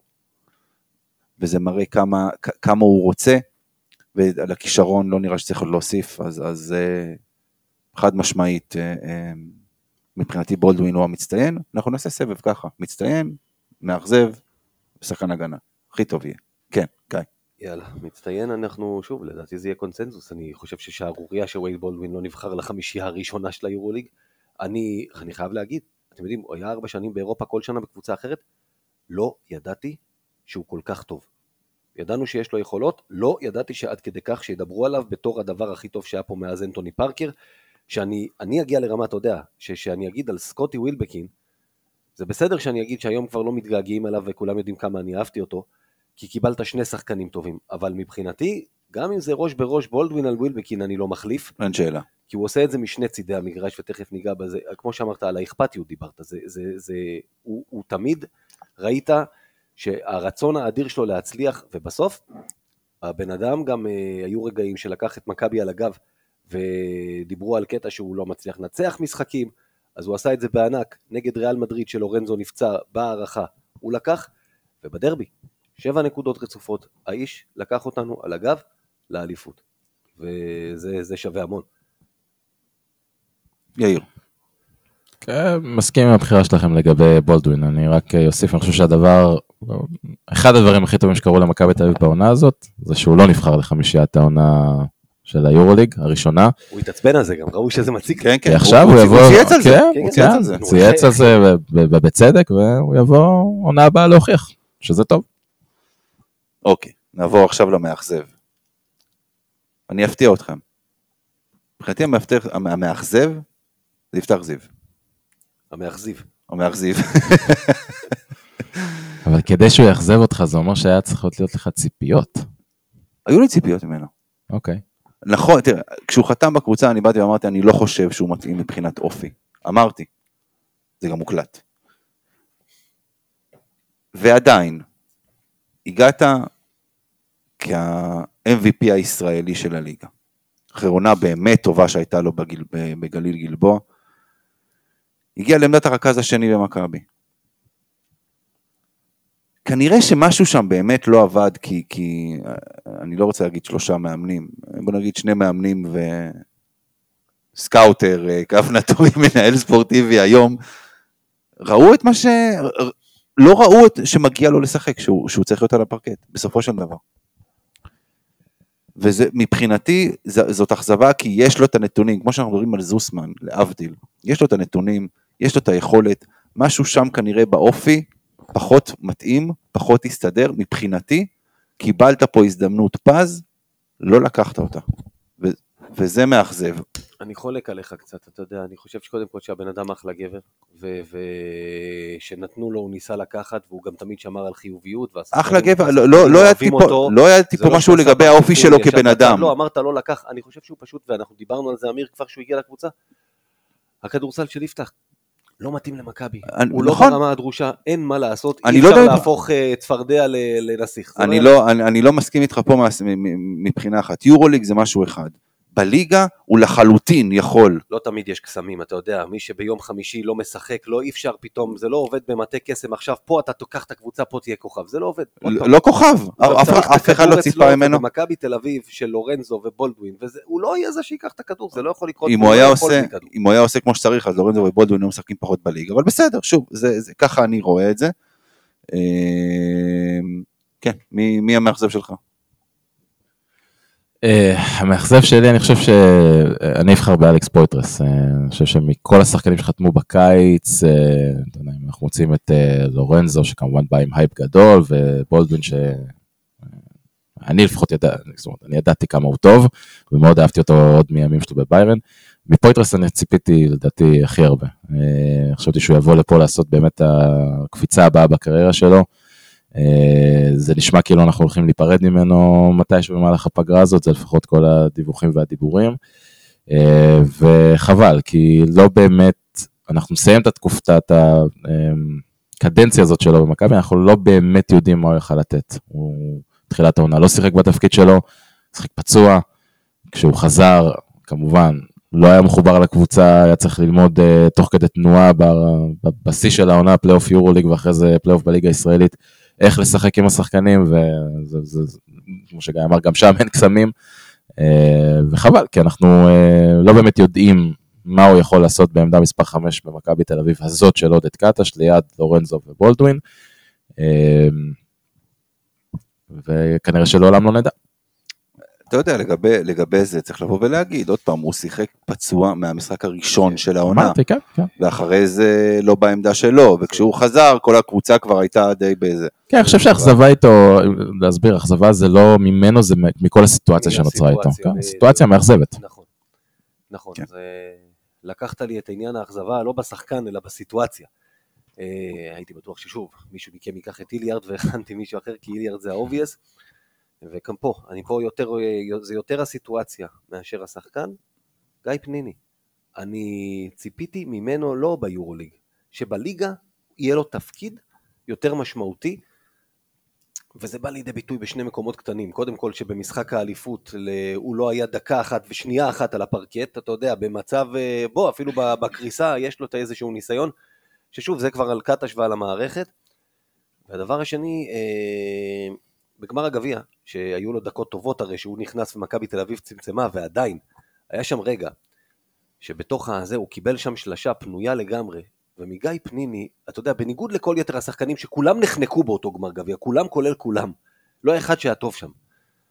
וזה מראה כמה, כמה הוא רוצה, ועל הכישרון לא נראה שצריך להוסיף, אז, אז חד משמעית, מבחינתי בולדווין הוא המצטיין, אנחנו נעשה סבב ככה, מצטיין, מאכזב, ושחקן הגנה, הכי טוב יהיה, כן, גיא. יאללה, מצטיין, אנחנו, שוב, לדעתי זה יהיה קונצנזוס, אני חושב ששערוריה שווייד בולדווין לא נבחר לחמישייה הראשונה של היורוליג, אני, אני חייב להגיד, אתם יודעים, הוא היה ארבע שנים באירופה כל שנה בקבוצה אחרת, לא ידעתי שהוא כל כך טוב. ידענו שיש לו יכולות, לא ידעתי שעד כדי כך שידברו עליו בתור הדבר הכי טוב שהיה פה מאז אנטוני פארקר, שאני אני אגיע לרמה, אתה יודע, ש, שאני אגיד על סקוטי ווילבקין, זה בסדר שאני אגיד שהיום כבר לא מתגעגעים עליו וכולם יודעים כמה אני אהבתי אותו, כי קיבלת שני שחקנים טובים, אבל מבחינתי, גם אם זה ראש בראש בולדווין על ווילבקין, אני לא מחליף. אין שאלה. כי הוא עושה את זה משני צידי המגרש, ותכף ניגע בזה, כמו שאמרת, על האכפתיות דיברת, זה, זה, זה, הוא, הוא תמיד, ראית שהרצון האדיר שלו להצליח, ובסוף, הבן אדם גם אה, היו רגעים שלקח את מכבי על הגב, ודיברו על קטע שהוא לא מצליח לנצח משחקים, אז הוא עשה את זה בענק, נגד ריאל מדריד של לורנזו נפצע בהערכה, הוא לקח, ובדרבי, שבע נקודות רצופות, האיש לקח אותנו על הגב לאליפות, וזה זה שווה המון. יאיר. כן, מסכים עם הבחירה שלכם לגבי בולדווין, אני רק אוסיף, אני חושב שהדבר, אחד הדברים הכי טובים שקרו למכבי תל אביב בעונה הזאת, זה שהוא לא נבחר לחמישיית העונה של היורוליג הראשונה. הוא התעצבן על זה גם, ראו שזה מציק. כן, כן. כי עכשיו הוא יבוא, הוא צייץ על זה. כן, הוא כן, צייץ על זה. צייץ על זה ובצדק, והוא יבוא עונה הבאה להוכיח שזה טוב. אוקיי, נעבור עכשיו למאכזב. אני אפתיע אתכם. מבחינתי המאכזב זה יפתח זיו. המאכזיב. המאכזיב. אבל כדי שהוא יאכזב אותך, זה אומר שהיה צריכות להיות לך ציפיות. היו לי ציפיות ממנו. אוקיי. נכון, תראה, כשהוא חתם בקבוצה, אני באתי ואמרתי, אני לא חושב שהוא מתאים מבחינת אופי. אמרתי. זה גם מוקלט. ועדיין, הגעת כ-אם וי פי הישראלי של הליגה. אחרי עונה באמת טובה שהייתה לו בגיל, בגליל גלבוע. הגיע לעמדת הרכז השני במכבי. כנראה שמשהו שם באמת לא עבד, כי, כי אני לא רוצה להגיד שלושה מאמנים, בוא נגיד שני מאמנים וסקאוטר, קו נטורי, מנהל ספורטיבי היום, ראו את מה ש... לא ראו את שמגיע לו לשחק, שהוא, שהוא צריך להיות על הפרקט, בסופו של דבר. וזה, מבחינתי, זאת אכזבה, כי יש לו את הנתונים, כמו שאנחנו מדברים על זוסמן, להבדיל, יש לו את הנתונים, יש לו את היכולת, משהו שם כנראה באופי, פחות מתאים, פחות יסתדר, מבחינתי, קיבלת פה הזדמנות פז, לא לקחת אותה, ו- וזה מאכזב. אני חולק עליך קצת, אתה יודע, אני חושב שקודם כל שהבן אדם אחלה גבר, ושנתנו לו, הוא ניסה לקחת, והוא גם תמיד שמר על חיוביות, אחלה גבר, לא, לא, לא היה טיפו, לא היה טיפו משהו לגבי האופי שלו כבן אדם. לא, אמרת לא לקח, אני חושב שהוא פשוט, ואנחנו דיברנו על זה, אמיר, כבר שהוא הגיע לקבוצה, הכדורסל של יפתח, לא מתאים למכבי, הוא לא ברמה הדרושה, אין מה לעשות, אי אפשר להפוך צפרדע לנסיך. אני לא מסכים איתך פה מבחינה אחת, יורוליג זה משהו אחד, בליגה הוא לחלוטין יכול. לא תמיד יש קסמים, אתה יודע, מי שביום חמישי לא משחק, לא אי אפשר פתאום, זה לא עובד במטה קסם, עכשיו פה אתה תוקח את הקבוצה, פה תהיה כוכב, זה לא עובד. לא כוכב, אף אחד לא ציפה ממנו. במכבי תל אביב של לורנזו ובולדווין, הוא לא יהיה זה שיקח את הכדור, זה לא יכול לקרות. אם הוא היה עושה כמו שצריך, אז לורנזו ובולדווין לא משחקים פחות בליגה, אבל בסדר, שוב, ככה אני רואה את זה. כן, מי המאכזב שלך? המאכזב שלי, אני חושב שאני אבחר באלכס פויטרס, אני חושב שמכל השחקנים שחתמו בקיץ, אנחנו מוצאים את לורנזו שכמובן בא עם הייפ גדול, ובולדווין שאני לפחות ידע, אני ידעתי כמה הוא טוב, ומאוד אהבתי אותו עוד מימים שלו בביירן, מפויטרס אני ציפיתי לדעתי הכי הרבה, חשבתי שהוא יבוא לפה לעשות באמת הקפיצה הבאה בקריירה שלו, זה נשמע כאילו אנחנו הולכים להיפרד ממנו מתישהו במהלך הפגרה הזאת, זה לפחות כל הדיווחים והדיבורים, וחבל, כי לא באמת, אנחנו נסיים את התקופת, את הקדנציה הזאת שלו במכבי, אנחנו לא באמת יודעים מה הוא יוכל לתת, הוא תחילת העונה לא שיחק בתפקיד שלו, שיחק פצוע, כשהוא חזר, כמובן, לא היה מחובר לקבוצה, היה צריך ללמוד תוך כדי תנועה, בשיא של העונה, פלייאוף יורוליג, ואחרי זה פלייאוף בליגה הישראלית, איך לשחק עם השחקנים, וכמו שגיא אמר, גם שם אין קסמים, וחבל, כי אנחנו לא באמת יודעים מה הוא יכול לעשות בעמדה מספר חמש במכבי תל אביב הזאת של עודד קטש, ליד לורנזו ובולדווין, וכנראה שלעולם לא נדע. אתה יודע, לגבי, לגבי זה צריך לבוא ולהגיד, עוד פעם, הוא שיחק פצוע מהמשחק הראשון של העונה, אמרתי, כן, כן. ואחרי זה לא בעמדה שלו, וכשהוא חזר, כל הקבוצה כבר הייתה די באיזה. כן, אני חושב שהאכזבה איתו, להסביר, האכזבה זה לא ממנו, זה מכל הסיטואציה שנוצרה איתו. סיטואציה מאכזבת. נכון, נכון. לקחת לי את עניין האכזבה, לא בשחקן, אלא בסיטואציה. הייתי בטוח ששוב, מישהו מכם ייקח את איליארד, והכנתי מישהו אחר, כי איליארד זה האובייס. וגם פה, אני פה יותר, זה יותר הסיטואציה מאשר השחקן, גיא פניני. אני ציפיתי ממנו לא ביורוליג, שבליגה יהיה לו תפקיד יותר משמעותי, וזה בא לידי ביטוי בשני מקומות קטנים. קודם כל שבמשחק האליפות, הוא לא היה דקה אחת ושנייה אחת על הפרקט, אתה יודע, במצב, בוא, אפילו בקריסה יש לו את איזשהו ניסיון, ששוב, זה כבר על קטש ועל המערכת. והדבר השני, בגמר הגביע, שהיו לו דקות טובות הרי, שהוא נכנס ומכבי תל אביב צמצמה, ועדיין, היה שם רגע, שבתוך הזה הוא קיבל שם שלשה פנויה לגמרי, ומגיא פניני, אתה יודע, בניגוד לכל יתר השחקנים, שכולם נחנקו באותו גמר גביע, כולם כולל כולם, לא אחד שהיה טוב שם.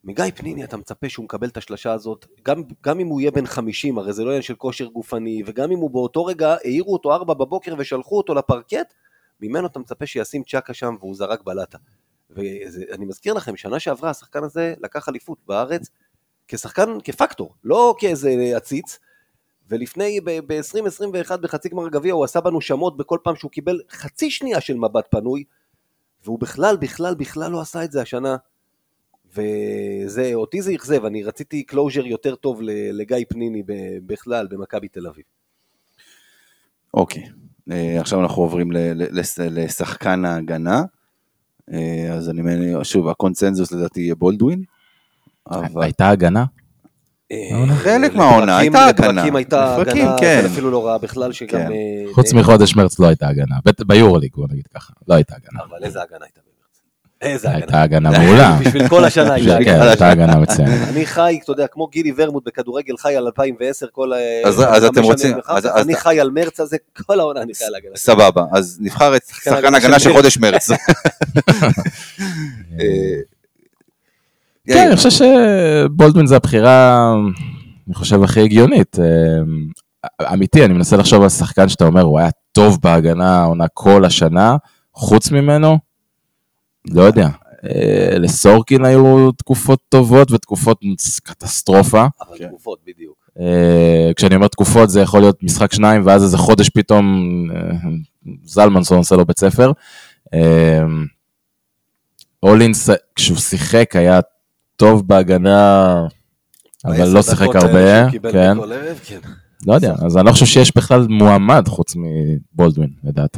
מגיא פניני אתה מצפה שהוא מקבל את השלשה הזאת, גם, גם אם הוא יהיה בן חמישים, הרי זה לא עניין של כושר גופני, וגם אם הוא באותו רגע העירו אותו ארבע בבוקר ושלחו אותו לפרקט, ממנו אתה מצפה שישים צ'קה שם והוא זרק בלטה. ואני מזכיר לכם, שנה שעברה השחקן הזה לקח אליפות בארץ, כשחקן, כפקטור, לא כאיזה עציץ, ולפני, ב-עשרים עשרים ואחת בחצי גמר הגביע, הוא עשה בנו שמות בכל פעם שהוא קיבל חצי שנייה של מבט פנוי, והוא בכלל, בכלל, בכלל לא עשה את זה השנה, וזה, אותי זה יחזב, אני רציתי קלוז'ר יותר טוב לגיא פניני בכלל, במכבי תל אביב. אוקיי, עכשיו אנחנו עוברים לשחקן ההגנה, אז אני מבין, שוב, הקונצנזוס לדעתי יהיה בולדווין. הייתה הגנה? חלק מהעונה, הייתה הגנה. לפרקים הייתה הגנה, אבל אפילו לא רעה בכלל שגם... חוץ מחודש מרץ לא הייתה הגנה, ביורוליג, בוא נגיד ככה, לא הייתה הגנה. אבל איזה הגנה הייתה במרץ? איזה הגנה? הייתה הגנה מעולה. בשביל כל השנה הייתה הגנה. כן, הייתה הגנה מצוינת. אני חי, אתה יודע, כמו גילי ורמוט בכדורגל חי על אלפיים ועשר, כל... אז אתם רוצים... אני חי על מרץ הזה, כל העונה אני חי על הגנה. סבבה, אז נבחר את שחקן הגנה של חודש מרץ. כן, אני חושב שבולדווין זה הבחירה, אני חושב, הכי הגיונית. אמיתי, אני מנסה לחשוב על שחקן שאתה אומר, הוא היה טוב בהגנה, עונה כל השנה, חוץ ממנו, לא יודע. לסורקין היו תקופות טובות ותקופות קטסטרופה. אבל תקופות, בדיוק. כשאני אומר תקופות, זה יכול להיות משחק שניים, ואז איזה חודש פתאום זלמנסון עושה לו בית ספר. אולינס, כשהוא שיחק, היה טוב בהגנה, אבל לא שיחק הרבה, כן. לא יודע, אז אני לא חושב שיש בכלל מועמד חוץ מבולדווין, לדעתי.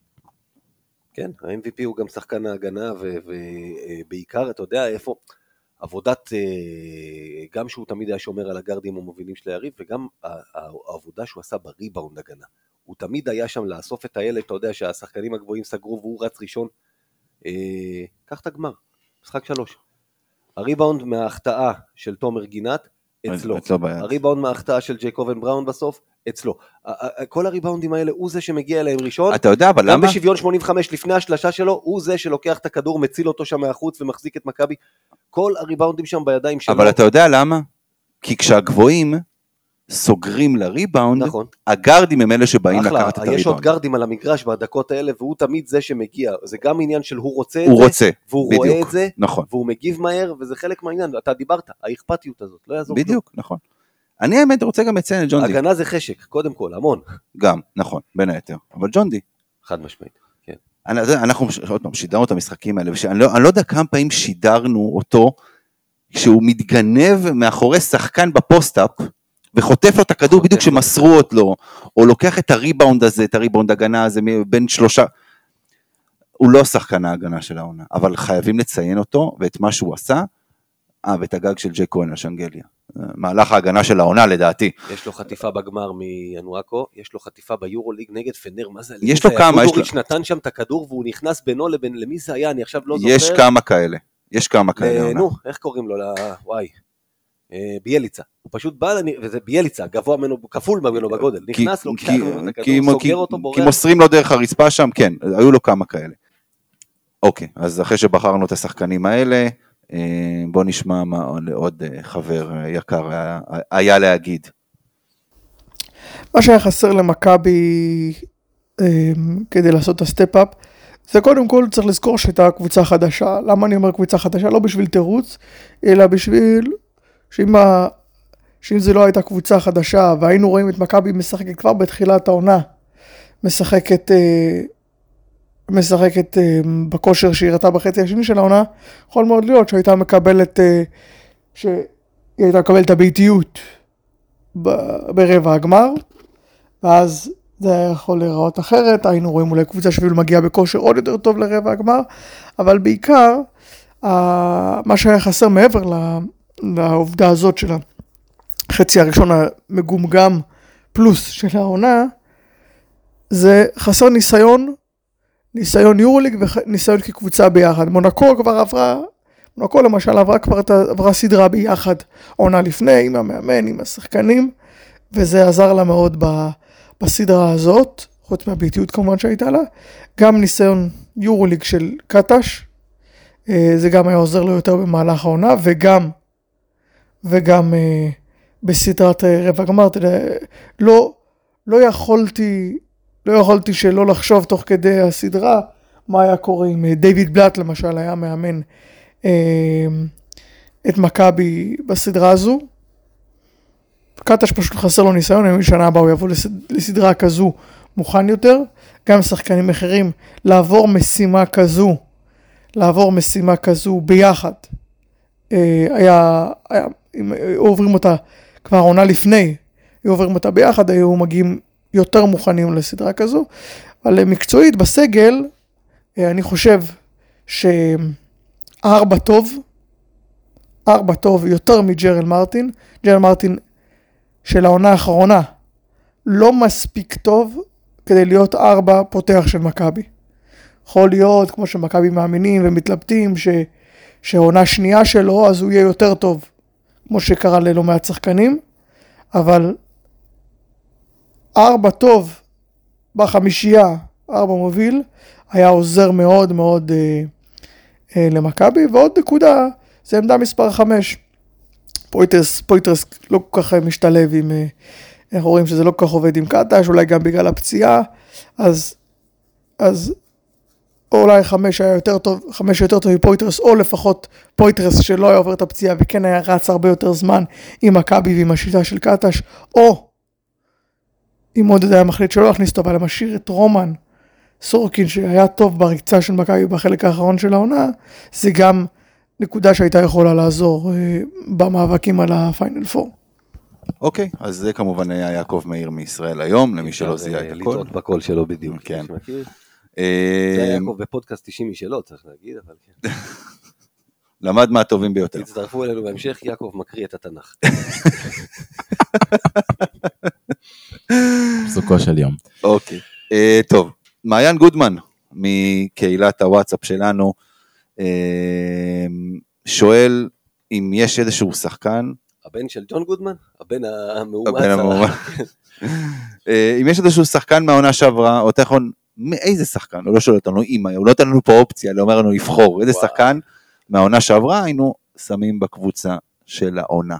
כן, ה-אם וי פי הוא גם שחקן ההגנה, ובעיקר, אתה יודע, איפה, עבודת, גם שהוא תמיד היה שומר על הגרדים המובילים של היריב, וגם העבודה שהוא עשה בריבאונד הגנה. הוא תמיד היה שם לאסוף את הילד, אתה יודע שהשחקנים הגבוהים סגרו, והוא רץ ראשון, קח את הגמר, משחק שלוש. הריבאונד מההחטאה של תומר גינת, אצלו. הריבאונד מההחטאה של ג'ייקובן בראון בסוף, אצלו. כל הריבאונדים האלה, הוא זה שמגיע אליהם ראשון. אתה יודע, אבל למה? גם בשוויון שמונים וחמש לפני השלשה שלו, הוא זה שלוקח את הכדור, מציל אותו שם מהחוץ ומחזיק את מכבי. כל הריבאונדים שם בידיים שלו. אבל אתה יודע למה? כי כשהגבוהים סוגרים לריבאונד, נכון. הגרדים הם אלה שבאים אחלה, לקחת את הריבאונד. יש עוד גרדים על המגרש בדקות האלה, והוא תמיד זה שמגיע. זה גם עניין של הוא רוצה את הוא זה, רוצה, והוא בדיוק, רואה את זה, נכון. והוא מגיב מהר, וזה חלק מהעניין. אתה דיברת, האכפתיות הזאת, לא יעזור. בדיוק, נכון. אני האמת רוצה גם לציין את ג'ון די. הגנה זה חשק, קודם כל, המון. גם, נכון, בין היתר. אבל ג'ון די. חד משמעית, כן. אנחנו, עוד פעם, שידרנו את המשחקים האלה, ואני לא, אני לא יודע כמה פעמים שידרנו אותו, כשהוא מתגנב מאחורי שחקן בפוסט-אפ, וחוטף לו את הכדור בדיוק שמסרו אותו לו, או לוקח את הריבאונד הזה, את הריבאונד הגנה הזה, בין שלושה, הוא לא שחקן ההגנה של העונה, אבל חייבים לציין אותו, ואת מה שהוא עשה, אה, ואת הגג של ג'יי כהן לשנגליה, מהלך ההגנה של העונה לדעתי. יש לו חטיפה בגמר מינואקו, יש לו חטיפה ביורוליג נגד פנר, מה זה? יש לו כמה, יש לו... נתן שם את הכדור, והוא נכנס בינו לבין, למי זה היה, אני עכשיו לא זוכר. יש כמה כאלה, יש כמה כאלה. נו, איך קוראים לו? וואי. ביאליצה, הוא פשוט בא, וזה ביאליצה, גבוה ממנו, כפול ממנו בגודל, נכנס לו, סוגר אותו, בורח. כי מוסרים לו דרך הרצפה שם, כן, היו לו כמה כאלה. אוקיי, אז אחרי שבחרנו את השחקנים האלה, בוא נשמע מה עוד חבר יקר היה להגיד. מה שהיה חסר למכבי כדי לעשות את הסטפ-אפ, זה קודם כל צריך לזכור שהייתה קבוצה חדשה. למה אני אומר קבוצה חדשה? לא בשביל תירוץ, אלא בשביל שאם, ה... שאם זה לא הייתה קבוצה חדשה, והיינו רואים את מכבי משחקת כבר בתחילת העונה, משחקת, משחקת בכושר שהיא ראתה בחצי השני של העונה, יכול מאוד להיות שהייתה מקבלת, שהיא הייתה מקבלת את הביתיות ברבע הגמר, ואז זה היה יכול להיראות אחרת, היינו רואים אולי קבוצה שאפילו מגיעה בכושר עוד יותר טוב לרבע הגמר, אבל בעיקר, מה שהיה חסר מעבר לעובדה הזאת של החצי הראשון המגומגם פלוס של העונה, זה חסר ניסיון, ניסיון יורוליג וניסיון כקבוצה ביחד. מונקו כבר עברה, מונקו למשל עברה כבר עברה סדרה ביחד, עונה לפני, עם המאמן, עם השחקנים, וזה עזר לה מאוד בסדרה הזאת, חוץ מהביתיות כמובן שהייתה לה, גם ניסיון יורוליג של קטש, זה גם היה עוזר לו יותר במהלך העונה, וגם, וגם בסדרת רבע גמר, לא, לא יכולתי, לא יכולתי שלא לחשוב תוך כדי הסדרה, מה היה קורה עם דיוויד בלאט למשל, היה מאמן את מכבי בסדרה הזו. קטש פשוט חסר לו ניסיון, אני שנה הבאה הוא יבוא לסדרה כזו מוכן יותר, גם שחקנים אחרים, לעבור משימה כזו, לעבור משימה כזו ביחד, היה, היה, אם עוברים אותה כבר עונה לפני, היו עוברים אותה ביחד, היו מגיעים יותר מוכנים לסדרה כזו, אבל מקצועית בסגל, אני חושב שארבע טוב, ארבע טוב יותר מג'רל מרטין, ג'רל מרטין של העונה האחרונה, לא מספיק טוב כדי להיות ארבע פותח של מכבי. יכול להיות, כמו שמכבי מאמינים ומתלבטים, ש... שהעונה שנייה שלו, אז הוא יהיה יותר טוב, כמו שקרה ללא מעט שחקנים, אבל ארבע טוב בחמישייה, ארבע מוביל, היה עוזר מאוד מאוד אה, אה, למכבי, ועוד נקודה, זה עמדה מספר חמש. פויטרס, פויטרס לא כל כך משתלב עם, אה, אנחנו רואים שזה לא כל כך עובד עם קטש, אולי גם בגלל הפציעה, אז, אז אולי חמש היה יותר טוב, חמש יותר טוב מפויטרס, או לפחות פויטרס שלא היה עובר את הפציעה, וכן היה רץ הרבה יותר זמן עם מכבי ועם השיטה של קטש, או אם עוד היה מחליט שלא להכניס אותו, אבל למשאיר את רומן סורקין שהיה טוב בריצה של מכבי בחלק האחרון של העונה, זה גם נקודה שהייתה יכולה לעזור אה, במאבקים על הפיינל פור. אוקיי, אז זה כמובן היה יעקב מאיר מישראל היום, למי שלא זיהה את הכל. לטעות בקול שלו בדיוק. כן. זה היה יעקב בפודקאסט תשעים משלו, צריך להגיד, אבל כן. למד מהטובים ביותר. תצטרפו אלינו בהמשך, יעקב מקריא את התנ"ך. פסוקו של יום. אוקיי, טוב. מעיין גודמן, מקהילת הוואטסאפ שלנו, שואל אם יש איזשהו שחקן, הבן של ג'ון גודמן? הבן המאומץ. הבן המאומץ. אם יש איזשהו שחקן מהעונה שעברה, או תכון, מאיזה שחקן? הוא לא שואל אותנו אימא, הוא לא נתן לנו פה אופציה, הוא אומר לנו לבחור, איזה שחקן מהעונה שעברה היינו שמים בקבוצה של העונה.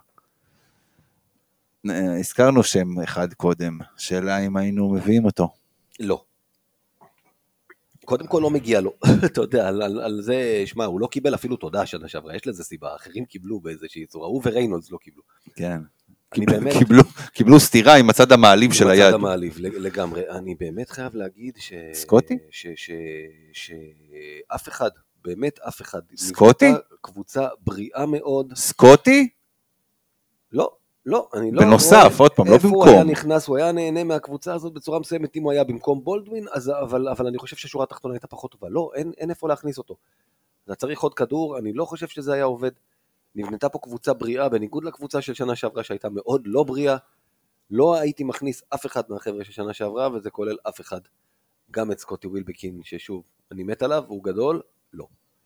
הזכרנו שם אחד קודם, שאלה אם היינו מביאים אותו. לא. קודם כל לא מגיע לו, אתה יודע, על, על, על זה, שמה, הוא לא קיבל אפילו תודה שנה שעברה, יש לזה סיבה, אחרים קיבלו באיזושהי צורה, הוא וריינולדס לא קיבלו. כן, אני באמת... קיבלו, קיבלו סתירה עם הצד המעליב של היד. עם הצד המעליב, לגמרי, אני באמת חייב להגיד ש... סקוטי? ש... ש... ש... אף אחד, באמת אף אחד. סקוטי? קבוצה בריאה מאוד. סקוטי? לא. לא, אני לא... בנוסף, עוד פעם, לא במקום. איפה הוא היה נכנס, הוא היה נהנה מהקבוצה הזאת בצורה מסוימת, אם הוא היה במקום בולדווין, אז, אבל, אבל אני חושב שהשורה התחתונה הייתה פחות טובה. לא, אין, אין איפה להכניס אותו. אתה צריך עוד כדור, אני לא חושב שזה היה עובד. נבנתה פה קבוצה בריאה, בניגוד לקבוצה של שנה שעברה, שהייתה מאוד לא בריאה. לא הייתי מכניס אף אחד מהחבר'ה של שנה שעברה, וזה כולל אף אחד. גם את סקוטי ווילבקין, ששוב, אני מת עליו, הוא גדול, לא.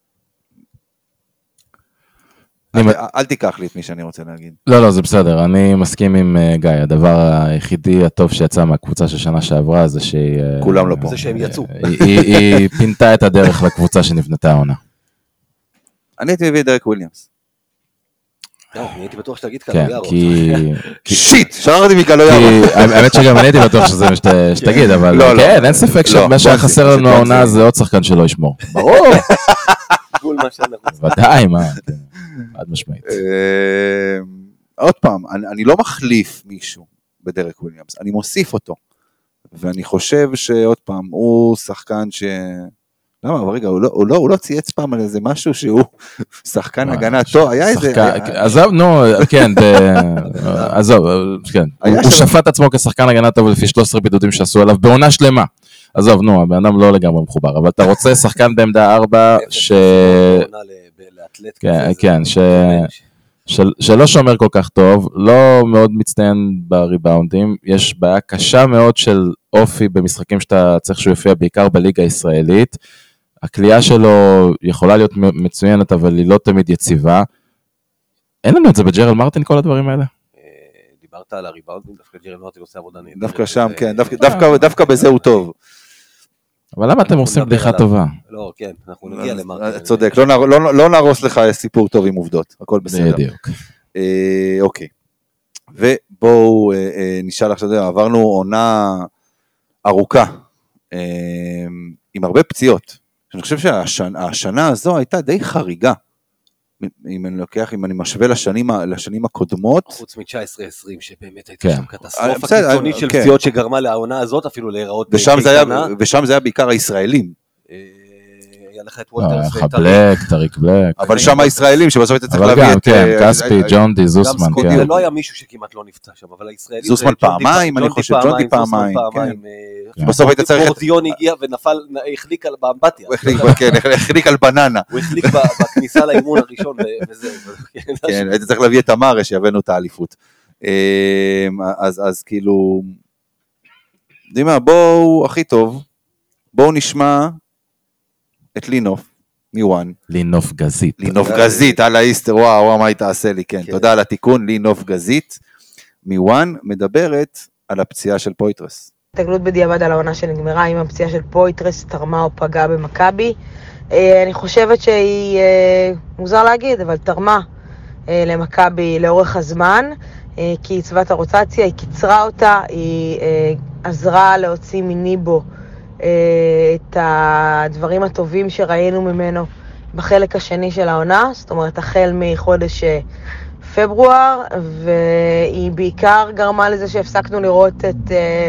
אל תיקח לי את מי שאני רוצה להגיד. לא, לא, זה בסדר, אני מסכים עם גיא, הדבר היחידי הטוב שיצא מהקבוצה של שנה שעברה, זה שהיא... כולם לא פה. זה שהם יצאו. היא פינתה את הדרך לקבוצה שנבנתה העונה. אני הייתי מביא את דרק וויליאמס. אני הייתי בטוח שתגיד כן, קלויארו. כי... שיט, שררתי מקלויארו. האמת שגם אני הייתי בטוח שזה מה שתגיד, אבל כן, אין ספק שמה שהיה חסר לנו העונה זה עוד שחקן שלא ישמור. ברור. גול מה שאנחנו... ודאי, מה? עד משמעית. עוד פעם, אני לא מחליף מישהו בדרק וויליאמס, אני מוסיף אותו. ואני חושב שעוד פעם, הוא שחקן ש... למה, אבל רגע, הוא לא צייץ פעם על איזה משהו שהוא שחקן הגנה טוב, היה איזה... עזוב, נו, כן, עזוב, כן. הוא שפט עצמו כשחקן הגנה טוב לפי שלושה עשר בידודים שעשו עליו בעונה שלמה. עזוב, נו, הבן אדם לא לגמרי מחובר, אבל אתה רוצה שחקן בעמדה ארבע ש... כן, כן, שלא שומר כל כך טוב, לא מאוד מצטיין בריבאונדים, יש בעיה קשה מאוד של אופי במשחקים שאתה צריך שהוא יופיע בעיקר בליגה הישראלית, הקליעה שלו יכולה להיות מצוינת, אבל היא לא תמיד יציבה. אין לנו את זה בג'רל מרטין, כל הדברים האלה? דיברת על הריבאונדים, דווקא ג'רל מרטין עושה עבודה נהדרת. דווקא שם, כן, דווקא בזה הוא טוב. אבל למה אתם עושים בדיחה טובה? לא, כן, אנחנו נגיע למרקנן. צודק, לא נרוס לך סיפור טוב עם עובדות, הכל בסדר. בדיוק. אוקיי. ובואו נשאל עכשיו, עברנו עונה ארוכה, עם הרבה פציעות. אני חושב שהשנה הזו הייתה די חריגה, אם אני לוקח, אם אני משווה לשנים, לשנים הקודמות. חוץ מ-תשע עשרה עשרים, שבאמת הייתה שם קטסטרופה קיצונית של פציעות שגרמה לעונה הזאת, אפילו להיראות בקטנה. ושם זה היה בעיקר הישראלים. היה לך את וולטרס וטריק. היה לך בלק, טריק בלק. אבל שם הישראלים, שבסוף היית צריך להביא את... כן, כספי, ג'ונדי, זוסמן. זה לא היה מישהו שכמעט לא נפצע שם, אבל הישראלים... זוסמן פעמיים, אני חושב, ג'ונדי פעמיים. בסוף היית צריך... גורדיון הגיע ונפל, החליק על באמבטיה. החליק על בננה. הוא החליק בכניסה לאימון הראשון וזה. כן, היית צריך להביא את המארה שיבנו את האליפות. אז כאילו... יודעים מה, בואו, הכי טוב, בואו נשמע את לינוף, מיואן. לינוף גזית. לינוף גזית, על האיסטר, וואו, מה היא תעשה לי, כן. תודה על התיקון, לינוף גזית, מיואן, מדברת על הפציעה של פויטרס. תגלות בדיעבד על העונה שנגמרה, אם הפציעה של פויטרס תרמה או פגעה במכבי. אני חושבת שהיא, מוזר להגיד, אבל תרמה למכבי לאורך הזמן, כי היא צוות הרוטציה, היא קיצרה אותה, היא עזרה להוציא מניבו את הדברים הטובים שראינו ממנו בחלק השני של העונה, זאת אומרת החל מחודש פברואר, והיא בעיקר גרמה לזה שהפסקנו לראות את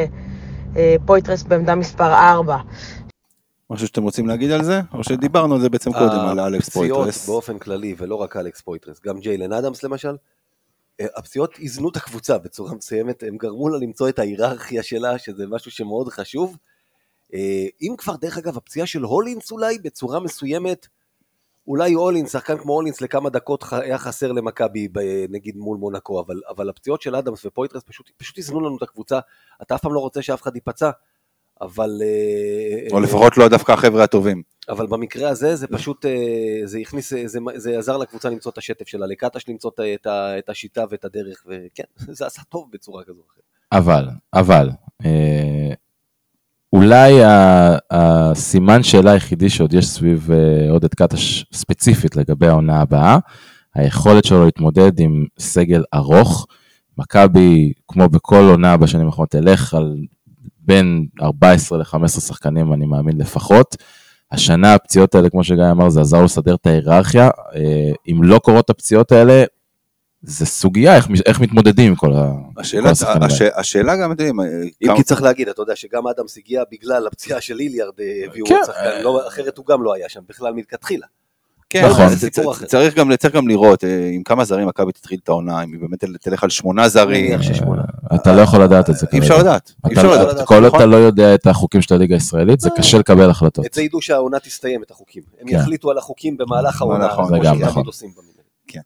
פויטרס בעמדה מספר ארבע. משהו שאתם רוצים להגיד על זה? או שדיברנו על זה בעצם קודם, על אלכס פויטרס? הפציעות באופן כללי, ולא רק אלכס פויטרס, גם ג'יילן אדמס למשל, הפציעות איזנו את הקבוצה בצורה מסוימת, הם גרמו לה למצוא את ההיררכיה שלה, שזה משהו שמאוד חשוב. אם כבר דרך אגב, הפציעה של הולינס אולי, בצורה מסוימת, אולי הולינס, שחקן כמו הולינס לכמה דקות היה חסר למכבי, נגיד מול מונקו, אבל, אבל הפציעות של אדמס ופויטרס פשוט, פשוט איזנו לנו את הקבוצה, אתה אף פעם לא רוצה שאף אחד ייפצע, אבל... או לפחות לא דווקא החבר'ה הטובים. אבל במקרה הזה, זה פשוט, זה הכניס, זה, זה עזר לקבוצה למצוא את השטף שלה, לקטש למצוא את, את השיטה ואת הדרך, וכן, זה עשה טוב בצורה כזו. אבל, אבל, אה, אולי הסימן שאלה היחידי שעוד יש סביב עודד קטש ספציפית לגבי העונה הבאה, היכולת שלו להתמודד עם סגל ארוך, מכבי, כמו בכל עונה בשנים האחרונות, תלך על בין ארבע עשרה ל-חמש עשרה שחקנים, אני מאמין לפחות. השנה הפציעות האלה, כמו שגיא אמר, זה עזר לסדר את ההיררכיה. אם לא קורות הפציעות האלה, זה סוגיה, איך, איך מתמודדים עם כל השאלה, הש, השאלה גם, אם כי צריך להגיד, אתה יודע שגם אדמס הגיע בגלל הפציעה של איליארד, כן. לא, אחרת הוא גם לא היה שם, בכלל מלכתחילה. כן, צריך גם, צריך גם לראות עם כמה זרים מכבי תתחיל את העונה, אם היא באמת תלך על שמונה זרים. אתה לא יכול לדעת את זה. אי אפשר לדעת. כל עוד אתה לא יודע את החוקים של הליגה הישראלית, זה קשה לקבל החלטות. את זה ידעו שהעונה תסתיים את החוקים. הם יחליטו על החוקים במהלך העונה. זה גם נכון. כן.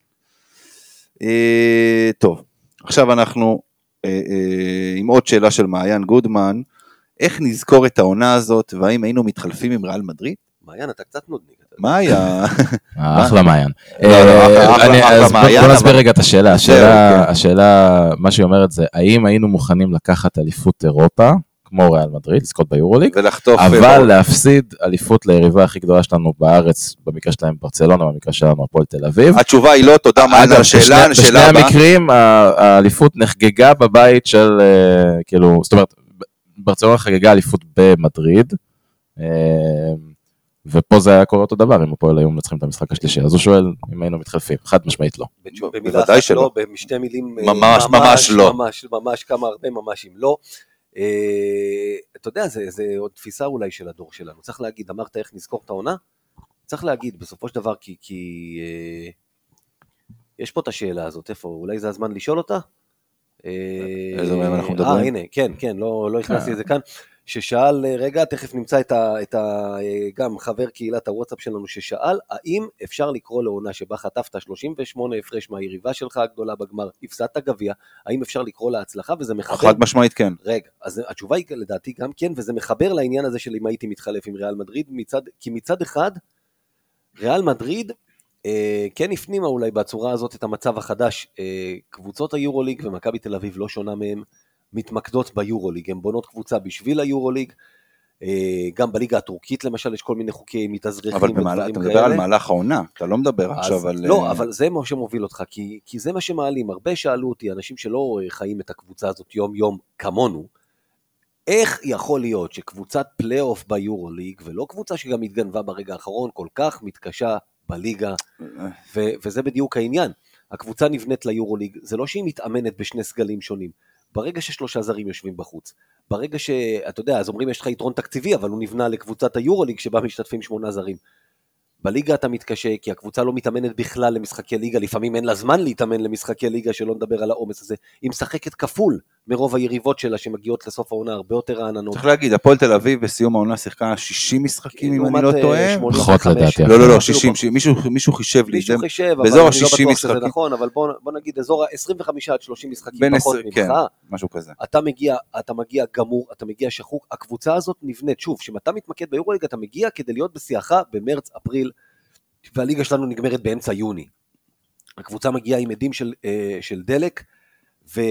טוב, עכשיו אנחנו עם עוד שאלה של מעיין גודמן, איך נזכור את העונה הזאת, והאם היינו מתחלפים עם ריאל מדריד? מעיין, אתה קצת נודניק. מה היה? אחלה מעיין. אז בוא נסביר רגע את השאלה. השאלה, מה שהיא אומרת זה, האם היינו מוכנים לקחת אליפות אירופה, כמו ריאל מדריד, לזכות ביורוליג, אבל להפסיד אליפות ליריבה הכי גדולה שלנו בארץ, במקרה שלהם ברצלונה, במקרה שלנו הפועל תל אביב. התשובה היא לא, תודה מעיין על השאלה. בשני המקרים, האליפות נחגגה בבית של, כאילו, זאת אומרת, ברצלונה חגגה אליפות במדריד, ופה זה היה קורה אותו דבר, אם הפועל היום נצחים את המשחק השלישי, אז הוא שואל אם היינו מתחלפים, חד משמעית לא. בוודאי שלא, בשתי מילים, ממש ממש לא. ממש, ממש כמה הרבה ממש אם לא. אתה יודע, זה עוד תפיסה אולי של הדור שלנו, צריך להגיד, אמרת איך נזכור את העונה? צריך להגיד, בסופו של דבר, כי יש פה את השאלה הזאת, איפה, אולי זה הזמן לשאול אותה? איזה מהם אנחנו מדברים? אה, הנה, כן, כן, לא הכנסתי את זה כאן. ששאל, רגע, תכף נמצא את ה, את ה, גם חבר קהילת הוואטסאפ שלנו ששאל, האם אפשר לקרוא לעונה שבה חטפת שלושים ושמונה הפרש מהיריבה שלך הגדולה בגמר, הפסדת גביע, האם אפשר לקרוא להצלחה, וזה מחבר... חד משמעית כן. רגע, אז התשובה היא לדעתי גם כן, וזה מחבר לעניין הזה של אם הייתי מתחלף עם ריאל מדריד, מצד, כי מצד אחד, ריאל מדריד, אה, כן הפנימה אולי בצורה הזאת את המצב החדש, אה, קבוצות היורוליג ומכבי תל אביב לא שונה מהם, מתמקדות ביורוליג, הן בונות קבוצה בשביל היורוליג, גם בליגה הטורקית למשל יש כל מיני חוקי מתאזרחים אבל במהלך, אתה מדבר על מהלך העונה, אתה לא מדבר עכשיו על... לא, אבל זה מה שמוביל אותך, כי, כי זה מה שמעלים, הרבה שאלו אותי, אנשים שלא חיים את הקבוצה הזאת יום יום כמונו, איך יכול להיות שקבוצת פלייאוף ביורוליג, ולא קבוצה שגם התגנבה ברגע האחרון, כל כך מתקשה בליגה, ו- וזה בדיוק העניין, הקבוצה נבנית ליורוליג, זה לא שהיא מתאמנת בשני סגלים שונים, ברגע ששלושה זרים יושבים בחוץ, ברגע שאתה יודע, אז אומרים יש לך יתרון תקציבי, אבל הוא נבנה לקבוצת היורוליג שבה משתתפים שמונה זרים. בליגה אתה מתקשה, כי הקבוצה לא מתאמנת בכלל למשחקי ליגה, לפעמים אין לה זמן להתאמן למשחקי ליגה, שלא נדבר על העומס הזה. היא משחקת כפול מרוב היריבות שלה שמגיעות לסוף העונה הרבה יותר רעננות. צריך להגיד, הפועל תל אביב בסיום העונה שיחקה שישים משחקים, אם אני לא טועה. פחות לדעתי. לא, לא, לא, שישים, מישהו חישב לי. מישהו חישב, אבל באזור אני לא ה-שישים בטוח שזה משחקים. נכון, אבל בוא נגיד, אזור ה-עשרים וחמישה עד שלושים משחקים פחות ממך. כן, משהו כזה. אתה מגיע, אתה מגיע גמור, אתה מגיע שחוק. הקבוצה הזאת נבנית, שוב, שאתה מתמקד ביורוליג, אתה מגיע כדי להיות בשיחה במרץ, אפריל, והליגה שלנו נגמרת באמצע יוני. הקבוצה מגיעה עם עדים של, של דלק, ו...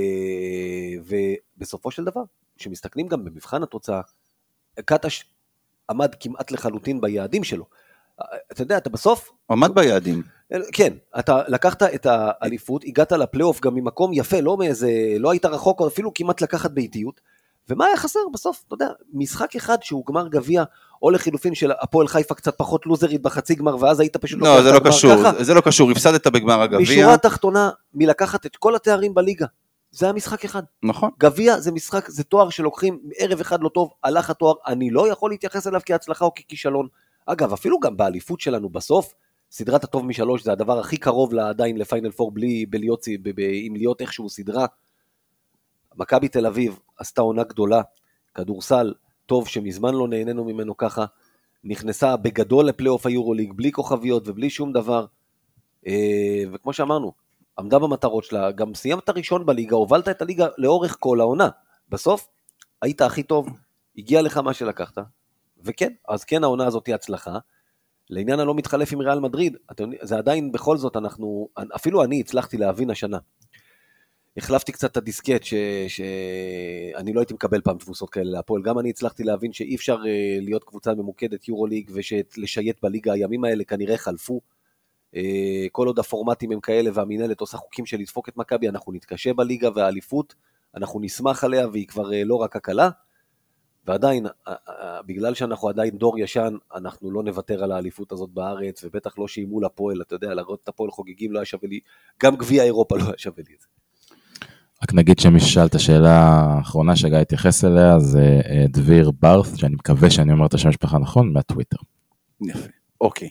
ובסופו של דבר, שמסתכלים גם במבחן התוצאה, קטש עמד כמעט לחלוטין ביעדים שלו. אתה יודע, אתה בסוף... עמד ביעדים. כן, אתה לקחת את האליפות, הגעת לפלייאוף גם ממקום יפה, לא מאיזה, לא היית רחוק, או אפילו כמעט לקחת באיטיות, ומה היה חסר בסוף? אתה יודע, משחק אחד שהוא גמר גביע, או לחילופין של הפועל חיפה קצת פחות לוזרית בחצי גמר, ואז היית פשוט... לא, זה לא קשור, זה לא קשור, הפסדת בגמר הגביע. משורה תחתונה, מלקחת את כל התארים בליגה, זה היה משחק אחד. נכון. גביע זה משחק, זה תואר שלוקחים, ערב אחד לא טוב, הלך התואר, אני לא יכול להתייחס אליו כהצלחה או ככישלון. אגב, אפילו גם באליפות שלנו בסוף, סדרת הטוב משלוש, זה הדבר הכי קרוב עדיין לפיינל פור, בלי, בלהיות, עם להיות איכשהו סדרה. מכבי תל אביב עשתה עונה גדולה, כדורסל טוב שמזמן לא נהנינו ממנו ככה, נכנסה בגדול לפלייאוף היורוליג, בלי כוכביות ובלי שום דבר, וכמו שאמרנו, עמדה במטרות שלה, גם סיימת הראשון בליגה, הובלת את הליגה לאורך כל העונה, בסוף היית הכי טוב, הגיע לך מה שלקחת, וכן, אז כן העונה הזאת היא הצלחה, לעניין הלא מתחלף עם ריאל מדריד, זה עדיין בכל זאת, אנחנו, אפילו אני הצלחתי להבין השנה, החלפתי קצת את הדיסקט, שאני לא הייתי מקבל פעם תבוסות כאלה להפועל, גם אני הצלחתי להבין שאי אפשר להיות קבוצה ממוקדת יורוליג, ושלשייט בליגה הימים האלה כנראה חלפו, כל עוד הפורמטים הם כאלה, והמנהלת עושה חוקים של לדפוק את מכבי, אנחנו נתקשה בליגה והאליפות, אנחנו נשמח עליה, והיא כבר לא רק הקלה, ועדיין, בגלל שאנחנו עדיין דור ישן, אנחנו לא נוותר על האליפות הזאת בארץ, ובטח לא שימו לפועל, אתה יודע, לראות את הפועל חוגגים לא היה שווה לי, גם גביע אירופה לא היה שווה לי את זה. רק נגיד שמי ששאל את השאלה האחרונה שגיא התייחס אליה, זה דביר ברת', שאני מקווה שאני אומר את השם משפחה נכון, מהטוויטר. יפה, אוקיי.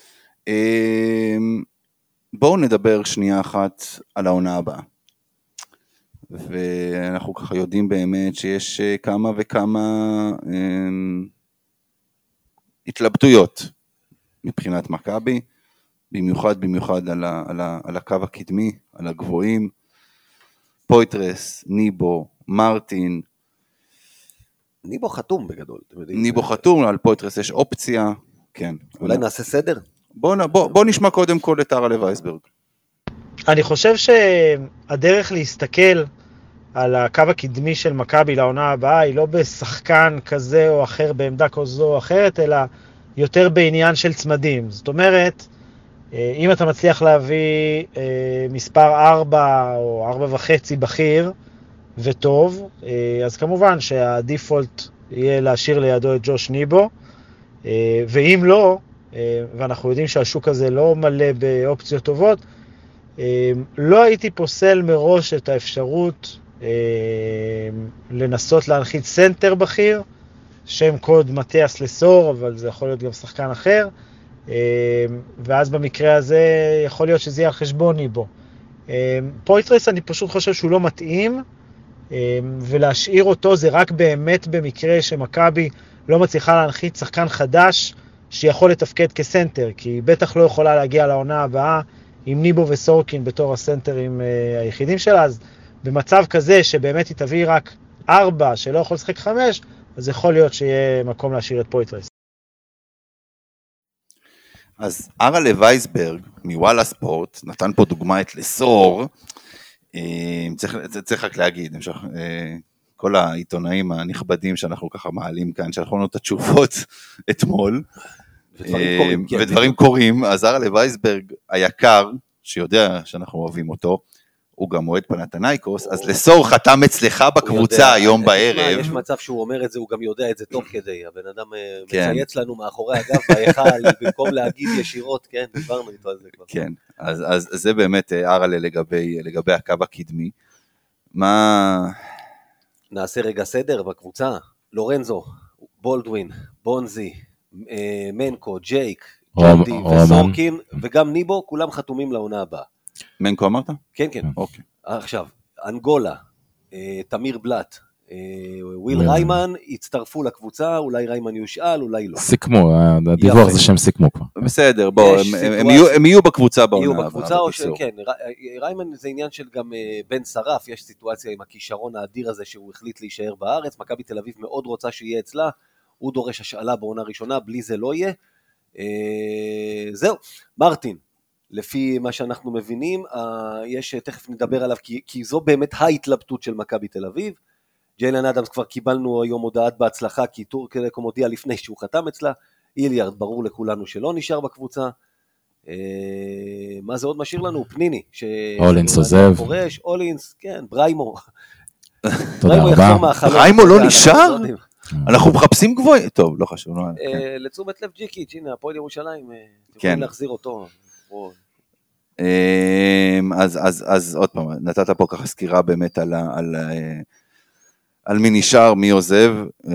בואו נדבר שנייה אחת על העונה הבאה. ואנחנו ככה יודעים באמת שיש כמה וכמה התלבטויות מבחינת מכבי, במיוחד במיוחד על, ה, על, ה, על הקו הקדמי, על הגבוהים, פויטרס, ניבו, מרטין. ניבו חתום בגדול. ניבו חתום, על פויטרס יש אופציה, כן. אולי נעשה סדר? בוא, בוא, בוא נשמע קודם כל את הרלב וייסברג. אני חושב שהדרך להסתכל על הקו הקדמי של מכבי לעונה הבאה היא לא בשחקן כזה או אחר בעמדה כזו או אחרת, אלא יותר בעניין של צמדים. זאת אומרת, אם אתה מצליח להביא מספר ארבע או ארבע וחצי בכיר וטוב, אז כמובן שהדיפולט יהיה להשאיר לידו את ג'וש ניבו, ואם לא, ואנחנו יודעים שהשוק הזה לא מלא באופציות טובות, לא הייתי פוסל מראש את האפשרות לנסות להנחית סנטר בכיר, שם קוד מתיאס לסור, אבל זה יכול להיות גם שחקן אחר, ואז במקרה הזה יכול להיות שזה יהיה על חשבון ניבו. פויטרס אני פשוט חושב שהוא לא מתאים, ולהשאיר אותו זה רק באמת במקרה שמכבי לא מצליחה להנחית שחקן חדש שיכול לתפקד כסנטר, כי היא בטח לא יכולה להגיע לעונה הבאה עם ניבו וסורקין בתור הסנטרים היחידים שלה, אז במצב כזה שבאמת היא תביא רק ארבע שלא יכול לשחק חמש, אז יכול להיות שיהיה מקום להשאיר את פויטרס. אז הרלב וייסברג מוואלה ספורט נתן פה דוגמה את לסור, צריך, צריך רק להגיד, כל העיתונאים הנכבדים שאנחנו ככה מעלים כאן, שלחו לנו את התשובות אתמול, ודברים קורים, כן. ודברים קורים, אז ארלה וייסברג היקר, שיודע שאנחנו אוהבים אותו, הוא גם מועד פנתנייקוס, אז לסור חתם אצלך בקבוצה היום בערב. יש מצב שהוא אומר את זה, הוא גם יודע את זה טוב כדי, הבן אדם מצייץ לנו מאחורי הגב בהיכל, במקום להגיד ישירות, כן, דיברנו איתו על זה כבר. כן, אז זה באמת ארלה לגבי הקו הקדמי. מה... נעשה רגע סדר בקבוצה, לורנזו, בולדווין, בונזי, מנקו, ג'ייק, ג'נדי וסורקין, וגם ניבו, כולם חתומים לעונה הבאה. מנקו אמרת? כן, כן. אוקיי. עכשיו, אנגולה, תמיר בלט, וויל ריימן, הצטרפו לקבוצה, אולי ריימן יושאל, אולי לא. סיכמו, הדיווח זה שהם סיכמו כבר. בסדר, בואו, הם יהיו בקבוצה בעונה. יהיו בקבוצה, או שכן, ריימן זה עניין של גם בן שרף, יש סיטואציה עם הכישרון האדיר הזה, שהוא החליט להישאר בארץ, מכבי תל אביב מאוד רוצה שיהיה אצלה, הוא דורש השאלה בעונה ראשונה, בלי זה לא יהיה. זהו, מרטין. לפי מה שאנחנו מבינים, יש, תכף נדבר עליו, כי, כי זו באמת ההתלבטות של מכבי תל אביב. ג'יילן אדמס כבר קיבלנו היום הודעת בהצלחה, כי טורק טלקום הודיע לפני שהוא חתם אצלה, איליארד ברור לכולנו שלא נשאר בקבוצה. מה זה עוד משאיר לנו? פניני. אולינס עוזב. פורש, אולינס, כן, בריימו. תודה רבה. בריימו לא נשאר? אנחנו מחפשים גבוה. טוב, לא חשוב. לתשומת לב ג'יקיץ', הנה, הפועל ירושלים, יכולים להחזיר אותו. אז, אז, אז עוד פעם, נתת פה ככה סקירה באמת על, על, על מי נשאר, מי עוזב.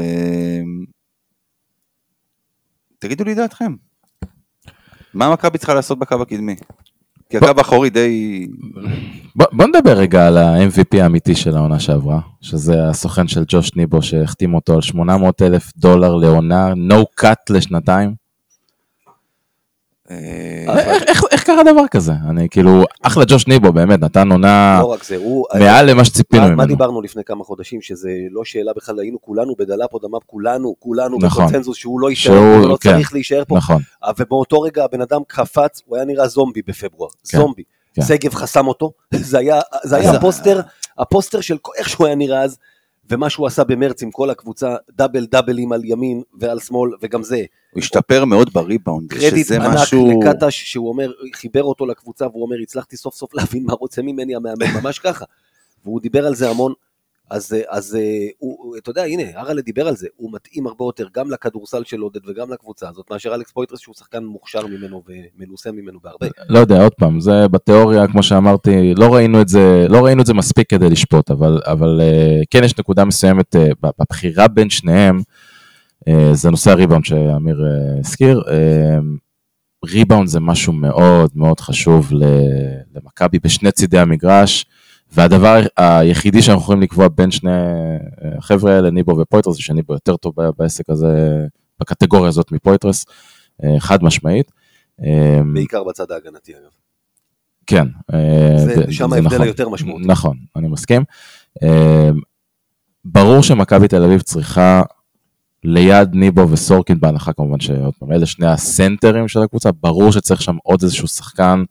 תגידו לי דעתכם. מה מכבי צריכה לעשות בקו הקדמי? כי הקו האחורי די... בוא, בוא נדבר רגע על ה-אם וי פי האמיתי של העונה שעברה, שזה הסוכן של ג'וש ניבו שהחתים אותו על שמונה מאות אלף דולר לעונה, no cut לשנתיים. איך קרה דבר כזה? אני כאילו, אחלה ג'וש ניבו, באמת, נתן עונה מעל למה שציפינו ממנו. מה דיברנו לפני כמה חודשים, שזה לא שאלה בכלל, היינו כולנו בדלאפ עוד אמר, כולנו, כולנו בקונצנזוס, שהוא לא יישאר פה, לא צריך להישאר פה. ובאותו רגע הבן אדם קפץ, הוא היה נראה זומבי בפברואר, זומבי. סגב חסם אותו, זה היה הפוסטר, הפוסטר של איך שהוא היה נראה אז, ומה שהוא עשה במרץ עם כל הקבוצה, דאבל דאבלים על ימין ועל שמאל, וגם זה. הוא השתפר מאוד בריבאונד, קרדיט ענק משהו... לקטש, שהוא אומר, חיבר אותו לקבוצה, והוא אומר, הצלחתי סוף סוף להבין מה רוצה ממני המאמן, ממש ככה. והוא דיבר על זה המון, אז, אז הוא, אתה יודע, הנה, ארלה דיבר על זה, הוא מתאים הרבה יותר גם לכדורסל של עודד וגם לקבוצה הזאת, מאשר אלכס פויטרס שהוא שחקן מוכשר ממנו ומנוסה ממנו בהרבה. לא יודע, עוד פעם, זה בתיאוריה, כמו שאמרתי, לא ראינו את זה, לא ראינו את זה מספיק כדי לשפוט, אבל, אבל כן יש נקודה מסוימת בבחירה בין שניהם, זה נושא הריבאונד שאמיר הזכיר, ריבאונד זה משהו מאוד מאוד חשוב למכבי בשני צידי המגרש, והדבר היחידי שאנחנו יכולים לקבוע בין שני החבר'ה האלה, ניבו ופויטרס, זה שניבו יותר טוב בעסק הזה, בקטגוריה הזאת מפויטרס, חד משמעית. בעיקר בצד ההגנתי אגב. כן. זה שם ההבדל היותר משמעותי. נכון, אני מסכים. ברור שמכבי תל אביב צריכה ליד ניבו וסורקין, בהנחה כמובן שעוד פעם, אלה שני הסנטרים של הקבוצה, ברור שצריך שם עוד איזשהו שחקן,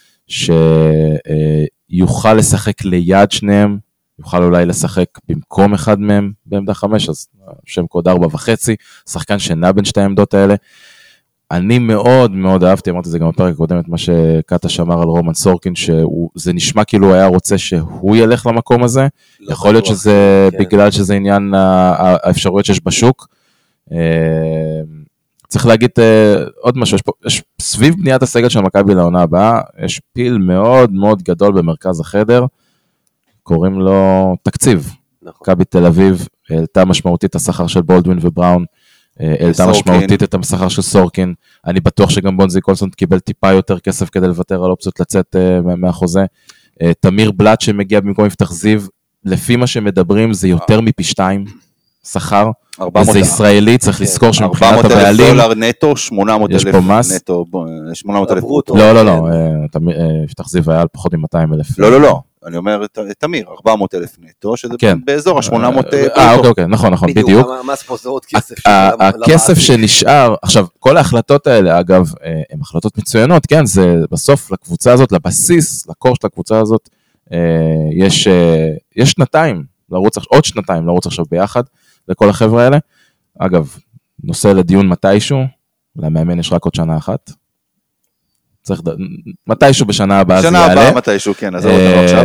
שיוכל לשחק ליד שניהם, יוכל אולי לשחק במקום אחד מהם בעמדה חמש, אז שם קוד ארבע וחצי, שחקן שנע בין שתי העמדות האלה. אני מאוד מאוד אהבתי, אמרתי זה גם בפרק הקודם, את מה שקטש אמר על רומן סורקין, שזה נשמע כאילו היה רוצה שהוא ילך למקום הזה, לא יכול להיות שזה כן. בגלל שזה עניין האפשרויות שיש בשוק, צריך להגיד uh, עוד משהו, יש, פה, יש סביב בניית הסגל של מכבי לעונה הבאה, יש פיל מאוד מאוד גדול במרכז החדר, קוראים לו תקציב. מכבי נכון. תל אביב העלתה משמעותית השכר של בולדווין ובראון, העלתה משמעותית את השכר של סורקין, אני בטוח שגם בונזי קולסון קיבל טיפה יותר כסף כדי לוותר על אופציות לצאת uh, מהחוזה, uh, תמיר בלט שמגיע במקום יפתח זיו, לפי מה שמדברים זה יותר מפי שתיים שכר, וזה ישראלי, צריך לזכור שמבחינת הבעלים, ארבע מאות אלף דולר נטו, שמונה מאות אלף נטו, שמונה מאות אלף ברוטו. לא, לא, לא, יפתח זיו היה על פחות מ-מאתיים אלף. לא, לא, לא, אני אומר תמיר, ארבע מאות אלף נטו, שזה באזור ה-שמונה מאות ברוטו. אה, אוקיי, אוקיי, נכון, נכון, בדיוק. הכסף שנשאר, עכשיו, כל ההחלטות האלה, אגב, הן החלטות מצוינות, כן, זה בסוף לקבוצה הזאת, לבסיס, לקור של הקבוצה הזאת, יש שנתיים, לרוץ עוד שנתיים, לרוץ עכשיו ביחד, לכל החבר'ה האלה. אגב, נושא לדיון מתישהו, למאמן יש רק עוד שנה אחת. צריך, מתישהו בשנה הבאה זה יעלה. בשנה הבאה מתישהו, כן, אז זה עכשיו.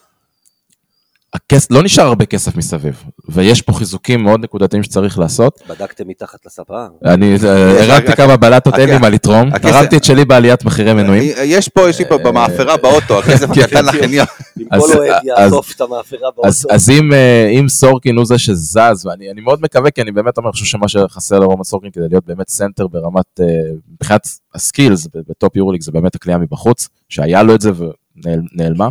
הכס, לא נשאר הרבה כסף מסביב, ויש פה חיזוקים מאוד נקודתיים שצריך לעשות. בדקתם מתחת לספה? אני הרמתי כמה בלטות, אין לי מה לתרום, הרמתי את שלי בעליית מחירי מנויים. יש פה, יש לי פה במאפרה באוטו, הכסף קטן לחניון. אם כל אוהד יאסוף את המאפרה באוטו. אז אם סורקין הוא זה שזז, ואני מאוד מקווה, כי אני באמת אומר, חושב שמה שחסר לרומן סורקין, כדי להיות באמת סנטר ברמת, מבחינת הסקילס, בטופ יורוליג, זה באמת הקליעה מבחוץ, שהיה לו את זה ונעלמה.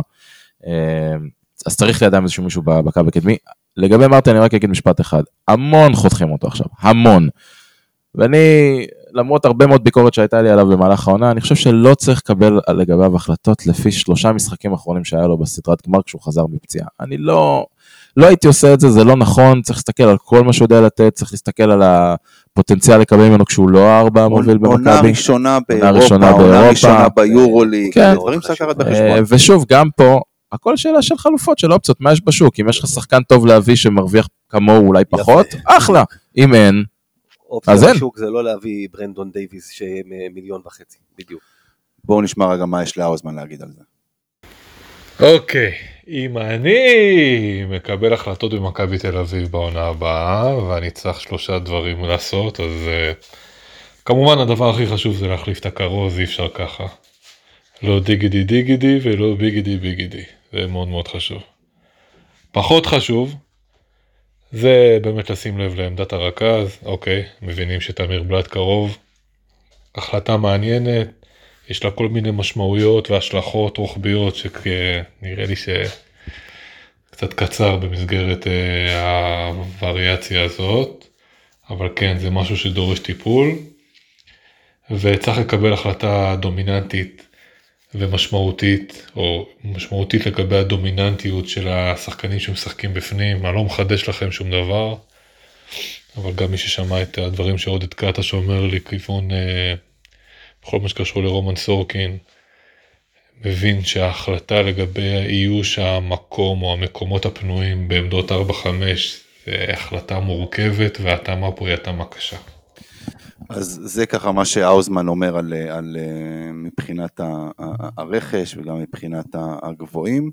אז צריך לידיים איזשהו מישהו בקו הקדמי. לגבי מרטי, אני רק אגיד משפט אחד. המון חותכים אותו עכשיו, המון. ואני, למרות הרבה מאוד ביקורת שהייתה לי עליו במהלך העונה, אני חושב שלא צריך לקבל לגביו החלטות לפי שלושה משחקים אחרונים שהיה לו בסדרת גמר כשהוא חזר מפציעה. אני לא, לא הייתי עושה את זה, זה לא נכון, צריך להסתכל על כל מה שהוא יודע לתת, צריך להסתכל על הפוטנציאל לקבל ממנו כשהוא לא ארבע מוביל במכבי. עונה ראשונה באירופה, עונה ראשונה ביורוליג, דברים שצריך לקחת בחשבון. ושוב, גם פה, הכל שאלה של חלופות, של אופציות, מה יש בשוק? אם יש לך שחקן טוב להביא שמרוויח כמוהו אולי פחות, אחלה. אם אין, אז אין. אופציה בשוק זה לא להביא ברנדון דייביס שמיליון וחצי, בדיוק. בואו נשמע רגע מה יש לאוזמן להגיד על זה. אוקיי, אם אני מקבל החלטות במכבי תל אביב בעונה הבאה, ואני צריך שלושה דברים לעשות, אז כמובן הדבר הכי חשוב זה להחליף את הכרוז, אי אפשר ככה. לא דיגידי דיגידי ולא ביגידי ביגידי, זה מאוד מאוד חשוב. פחות חשוב, זה באמת לשים לב לעמדת הרכז, אוקיי, מבינים שתמיר בלאט קרוב, החלטה מעניינת, יש לה כל מיני משמעויות והשלכות רוחביות, שנראה לי שקצת קצר במסגרת הווריאציה הזאת, אבל כן, זה משהו שדורש טיפול, וצריך לקבל החלטה דומיננטית, ומשמעותית, או משמעותית לגבי הדומיננטיות של השחקנים שמשחקים בפנים. אני לא מחדש לכם שום דבר, אבל גם מי ששמע את הדברים שעודד קאטה שאומר לי כיוון, אה, בכל מה שקשור לרומן סורקין, מבין שההחלטה לגבי איוש המקום או המקומות הפנויים בעמדות ארבע חמש, זה החלטה מורכבת, והתאמה פה היא התאמה קשה. אז זה ככה מה שהאוזמן אומר על, על, מבחינת הרכש וגם מבחינת הגבוהים.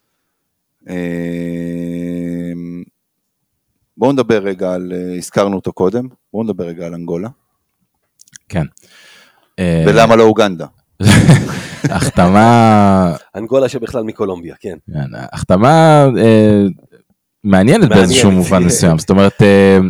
בואו נדבר רגע על, הזכרנו אותו קודם, בואו נדבר רגע על אנגולה. כן. ולמה לא אוגנדה? החתמה... אנגולה שבכלל מקולומביה, כן. החתמה מעניינת באיזשהו מובן מסוים, זאת אומרת...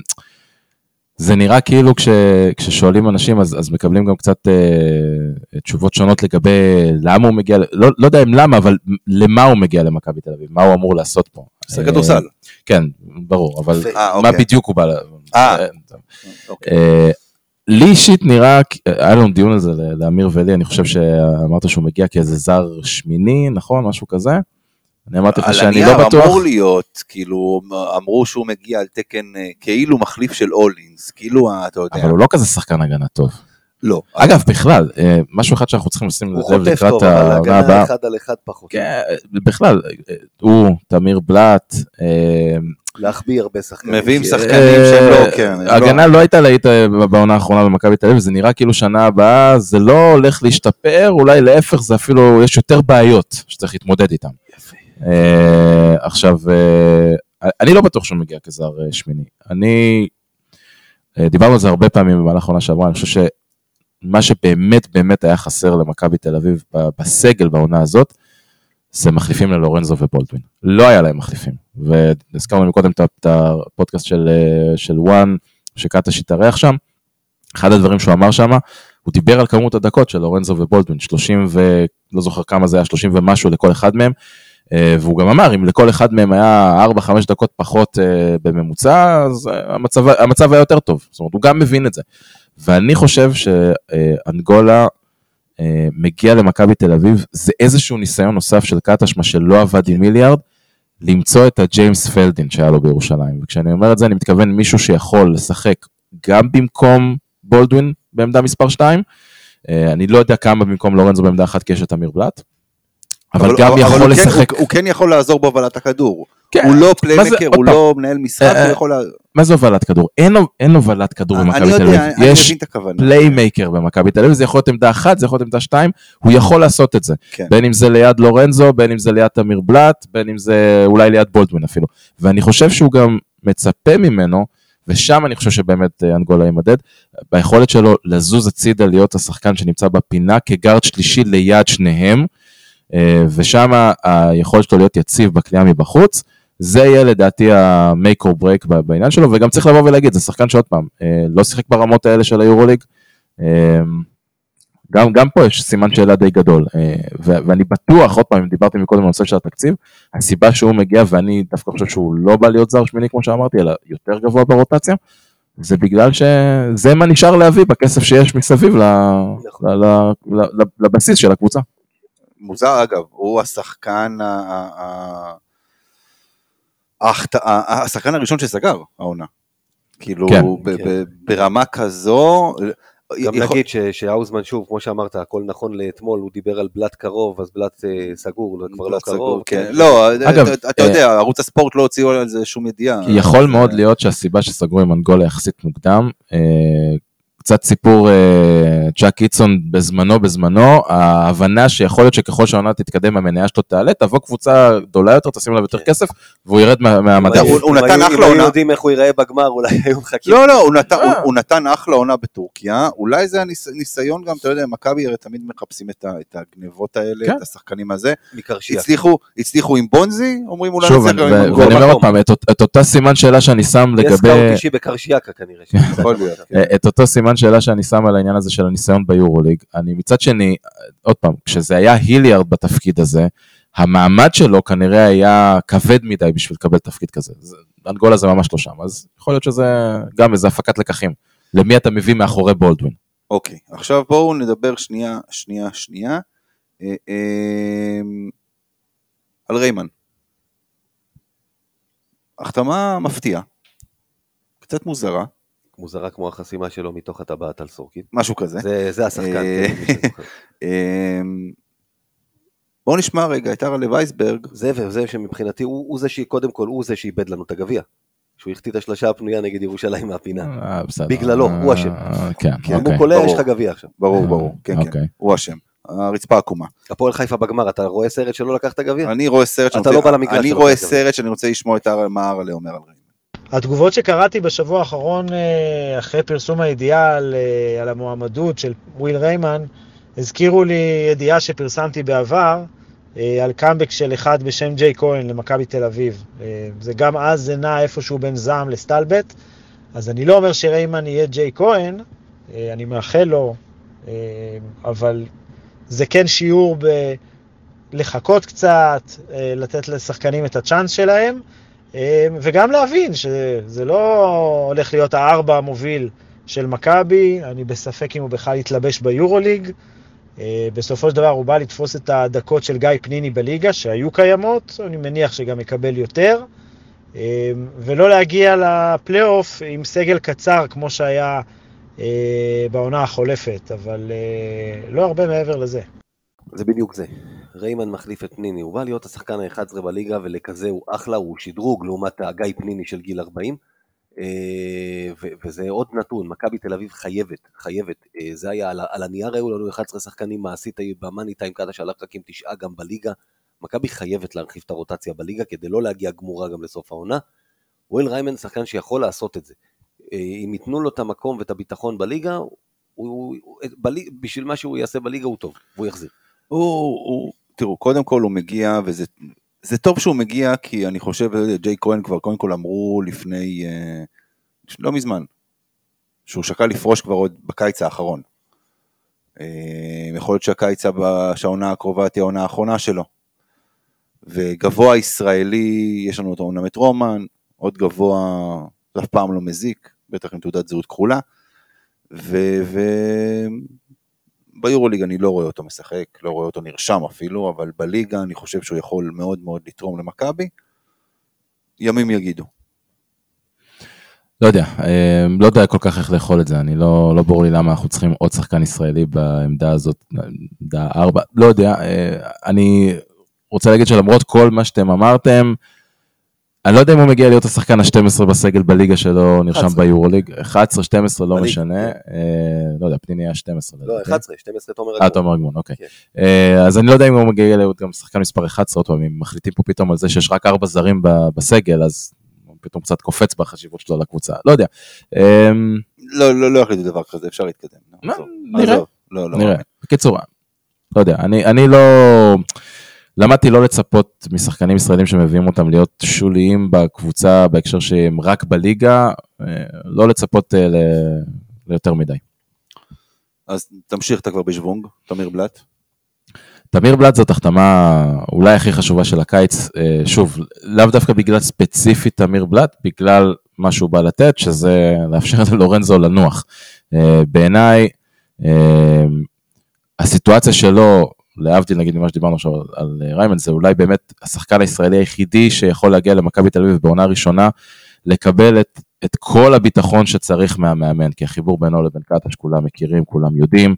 זה נראה כאילו כש, כששואלים אנשים, אז, אז מקבלים גם קצת אה, תשובות שונות לגבי למה הוא מגיע, לא, לא יודע אם למה, אבל למה הוא מגיע למכבי תל אביב, מה הוא אמור לעשות פה. זה כדורסל. אה, כן, ברור, אבל ו... אה, מה אוקיי. בדיוק הוא בא... אה, אוקיי. אה, לי אישית נראה, היה לנו דיון על זה לאמיר ולי, אני חושב שאמרת שהוא מגיע כאיזה זר שמיני, נכון, משהו כזה? אני אמרתי לך שאני לא בטוח. אמור להיות, כאילו, אמרו שהוא מגיע על תקן כאילו מחליף של אולינס, כאילו, אתה יודע. אבל הוא לא כזה שחקן הגנה טוב. לא. אגב, בכלל, משהו אחד שאנחנו צריכים לשים לב לקראת העונה הבאה. הוא חוטף טוב, אבל הגנה אחד על אחד פחות. כן, בכלל, הוא, תמיר בלאט, להחביא הרבה שחקנים. מביאים שחקנים שהם לא, כן. הגנה לא הייתה להיט בעונה האחרונה במכבי תל אביב, זה נראה כאילו שנה הבאה, זה לא הולך להשתפר, אולי להפך, זה אפילו, יש יותר בעיות שצריך להתמודד איתם. עכשיו, אני לא בטוח שהוא מגיע כזר שמיני. אני, דיברנו על זה הרבה פעמים במהלך העונה שעברה, אני חושב שמה שבאמת באמת היה חסר למכבי תל אביב בסגל בעונה הזאת, זה מחליפים ללורנזו ובולדווין. לא היה להם מחליפים. והזכרנו מקודם את הפודקאסט של, של וואן, שקאטה שהתארח שם. אחד הדברים שהוא אמר שם, הוא דיבר על כמות הדקות של לורנזו ובולדווין, שלושים ולא זוכר כמה זה היה, שלושים ומשהו לכל אחד מהם, והוא גם אמר, אם לכל אחד מהם היה ארבע חמש דקות פחות בממוצע, אז המצב, המצב היה יותר טוב. זאת אומרת, הוא גם מבין את זה. ואני חושב שאנגולה מגיע למכבי תל אביב, זה איזשהו ניסיון נוסף של קטש, מה שלא עבד עם מיליארד, למצוא את הג'יימס פלדין שהיה לו בירושלים. וכשאני אומר את זה, אני מתכוון מישהו שיכול לשחק גם במקום בולדווין בעמדה מספר שתיים, אני לא יודע כמה במקום לורנזו בעמדה אחת, כי יש את אמיר בלאט, אבל גם יכול לשחק... הוא כן יכול לעזור בהובלת הכדור. כן. הוא לא פליימקר, הוא לא מנהל משחק, הוא יכול... מה זה הובלת כדור? אין הובלת כדור במכבי תל אביב. יש פליימקר במכבי תל אביב, זה יכול להיות עמדה אחת, זה יכול להיות עמדה שתיים, הוא יכול לעשות את זה. בין אם זה ליד לורנזו, בין אם זה ליד תמיר בלאט, בין אם זה אולי ליד בולדווין אפילו. ואני חושב שהוא גם מצפה ממנו, ושם אני חושב שבאמת אנגולה ימדד, ביכולת שלו לזוז הצידה להיות השחקן שנמצא בפינה, כגארד שלישי ליד שניהם, ושם היכולת שלו להיות יציב בקליעה מבחוץ, זה יהיה לדעתי ה-make or break בעניין שלו, וגם צריך לבוא ולהגיד, זה שחקן שעוד פעם, לא שיחק ברמות האלה של היורוליג, גם, גם פה יש סימן שאלה די גדול, ואני בטוח, עוד פעם, אם דיברתי מקודם בנושא של התקציב, הסיבה שהוא מגיע, ואני דווקא חושב שהוא לא בא להיות זר שמיני, כמו שאמרתי, אלא יותר גבוה ברוטציה, זה בגלל שזה מה נשאר להביא בכסף שיש מסביב לבסיס של הקבוצה. מוזר אגב, הוא השחקן השחקן הראשון שסגר העונה, כאילו ברמה כזו, גם נגיד שהאוזמן שוב, כמו שאמרת, הכל נכון לאתמול, הוא דיבר על בלט קרוב, אז בלט סגור, זה כבר לא קרוב. לא, אתה יודע, ערוץ הספורט לא הוציאו על זה שום ידיעה. יכול מאוד להיות שהסיבה שסגרו עם אנגולה יחסית מוקדם, קצת סיפור צ'אק קיצון בזמנו, בזמנו, ההבנה שיכול להיות שככל שהעונה תתקדם, המניה שלו תעלה, תבוא קבוצה גדולה יותר, תשים לה יותר כסף, והוא ירד מהמדף. הוא נתן אחלה עונה. אם היו יודעים איך הוא ייראה בגמר, אולי היו מחכים. לא, לא, הוא נתן אחלה עונה בטורקיה, אולי זה הניסיון גם, אתה יודע, מכבי הרי תמיד מחפשים את הגניבות האלה, את השחקנים הזה. הצליחו עם בונזי, אומרים אולי שוב, ואני אומר עוד פעם, את אותה סימן שאלה שאני שם לגבי... את אותו סימן שאלה שאני שם על העניין הזה של הניסיון ביורוליג, אני מצד שני, עוד פעם, כשזה היה היליארד בתפקיד הזה, המעמד שלו כנראה היה כבד מדי בשביל לקבל תפקיד כזה. אנגולה זה ממש לא שם, אז יכול להיות שזה גם איזה הפקת לקחים. למי אתה מביא מאחורי בולדווין? אוקיי, עכשיו בואו נדבר שנייה, שנייה, שנייה, על ריימן. החתמה מפתיעה, קצת מוזרה, מוזרה כמו החסימה שלו מתוך הטבעת על סורקין. משהו כזה. זה, זה השחקן. בואו נשמע רגע את הרלה וייסברג. זה וזה שמבחינתי הוא, הוא זה שקודם כל הוא זה שאיבד לנו את הגביע. שהוא החטיא את השלושה הפנויה נגד ירושלים מהפינה. בגללו, הוא אשם. אמרו קולע, יש לך גביע עכשיו. ברור, ברור. כן, כן. הוא אשם. הרצפה עקומה. הפועל חיפה בגמר, אתה רואה סרט שלא לקח את הגביע? אני רואה סרט אני רואה סרט שאני רוצה לשמוע את מה הרלה אומר על ריימן. התגובות שקראתי בשבוע האחרון אחרי פרסום הידיעה על, על המועמדות של וויל ריימן, הזכירו לי ידיעה שפרסמתי בעבר על קאמבק של אחד בשם ג'יי כהן למכבי תל אביב. זה גם אז זה נע איפשהו בין זעם לסטלבט, אז אני לא אומר שריימן יהיה ג'יי כהן, אני מאחל לו, אבל זה כן שיעור בלחכות קצת, לתת לשחקנים את הצ'אנס שלהם, וגם להבין שזה לא הולך להיות הארבע המוביל של מכבי, אני בספק אם הוא בכלל יתלבש ביורוליג, בסופו של דבר הוא בא לתפוס את הדקות של גיא פניני בליגה שהיו קיימות, אני מניח שגם יקבל יותר, ולא להגיע לפלייאוף עם סגל קצר כמו שהיה בעונה החולפת, אבל לא הרבה מעבר לזה. זה בדיוק זה. ריימן מחליף את פניני, הוא בא להיות השחקן ה-אחד עשר בליגה, ולכזה הוא אחלה, הוא שדרוג לעומת הגיא פניני של גיל ארבעים, וזה עוד נתון, מכבי תל אביב חייבת, חייבת, זה היה, על הנייר היו לנו אחד עשר שחקנים, מעשית במאני טיים קאטה שהלך רק עם תשעה גם בליגה, מכבי חייבת להרחיב את הרוטציה בליגה, כדי לא להגיע גמורה גם לסוף העונה, וויל ריימן שחקן שיכול לעשות את זה, אם ייתנו לו את המקום ואת הביטחון בליגה, הוא, בליג, בשביל מה שהוא יעשה בליגה הוא טוב, והוא יחזיר. הוא, הוא, תראו, קודם כל הוא מגיע, וזה זה טוב שהוא מגיע, כי אני חושב, ג'יי כהן כבר קודם כל אמרו לפני, לא מזמן, שהוא שקל לפרוש כבר עוד בקיץ האחרון. יכול להיות שהקיץ בשעונה הקרובה תהיה העונה האחרונה שלו. וגבוה ישראלי, יש לנו את העונה את רומן, עוד גבוה, אף פעם לא מזיק, בטח עם תעודת זהות כחולה, ו... ו... ביורוליג אני לא רואה אותו משחק, לא רואה אותו נרשם אפילו, אבל בליגה אני חושב שהוא יכול מאוד מאוד לתרום למכבי, ימים יגידו. לא יודע, לא יודע כל כך איך לאכול את זה, אני לא, לא ברור לי למה אנחנו צריכים עוד שחקן ישראלי בעמדה הזאת, עמדה ארבע, לא יודע, אני רוצה להגיד שלמרות כל מה שאתם אמרתם, אני לא יודע אם הוא מגיע להיות השחקן ה-שתים עשרה בסגל בליגה שלו, נרשם ביורוליג, אחת עשרה, שתים עשרה, לא משנה, לא יודע, פניני היה שתים עשרה. לא, אחת עשרה, שתים עשרה, תומר אגמון. אה, תומר אגמון, אוקיי. אז אני לא יודע אם הוא מגיע להיות גם שחקן מספר אחת עשרה, אם מחליטים פה פתאום על זה שיש רק ארבע זרים בסגל, אז הוא פתאום קצת קופץ בחשיבות שלו לקבוצה, לא יודע. לא, לא, לא החליטו דבר כזה, אפשר להתקדם. נראה, נראה. בקיצור, לא יודע, אני לא... למדתי לא לצפות משחקנים ישראלים שמביאים אותם להיות שוליים בקבוצה, בהקשר שהם רק בליגה, לא לצפות ליותר מדי. אז תמשיך, אתה כבר בשוונג, תמיר בלט. תמיר בלט זאת החתמה אולי הכי חשובה של הקיץ, שוב, לאו דווקא בגלל ספציפית תמיר בלט, בגלל מה שהוא בא לתת, שזה לאפשר ללורנזו לנוח. בעיניי, הסיטואציה שלו, להבדיל נגיד ממה שדיברנו עכשיו על ריימן, זה אולי באמת השחקן הישראלי היחידי שיכול להגיע למכבי תל אביב בעונה ראשונה, לקבל את, את כל הביטחון שצריך מהמאמן, כי החיבור בינו לבין קטש כולם מכירים, כולם יודעים,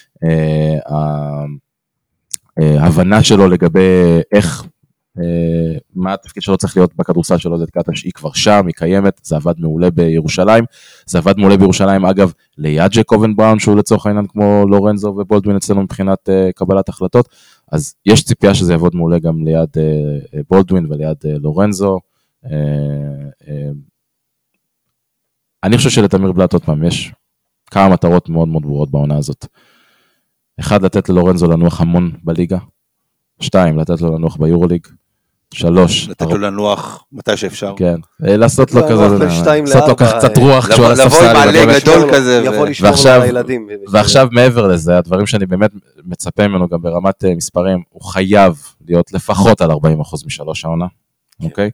ההבנה שלו לגבי איך, מה התפקיד שלו צריך להיות בכדורסל שלו, זה קטש, היא כבר שם, היא קיימת, זה עבד מעולה בירושלים, זה עבד מעולה בירושלים, אגב, ליד ג'קובן בראון, שהוא לצורך העניין כמו לורנזו ובולדווין אצלנו מבחינת uh, קבלת החלטות, אז יש ציפייה שזה יעבוד מעולה גם ליד uh, בולדווין וליד uh, לורנזו. Uh, uh, אני חושב שלתמיר בלט עוד פעם, יש כמה מטרות מאוד מאוד ברורות בעונה הזאת. אחד, לתת ללורנזו לנוח המון בליגה, שתיים, לתת לו לנוח ביורוליג, שלוש. לתת לו לנוח מתי שאפשר. כן, לעשות לו כזה, לעשות לו קצת רוח כשהוא על הספסל. לבוא עם מעלה גדול כזה. יכול לשמור על הילדים. ועכשיו מעבר לזה, הדברים שאני באמת מצפה ממנו גם ברמת מספרים, הוא חייב להיות לפחות על ארבעים אחוז משלוש העונה, אוקיי?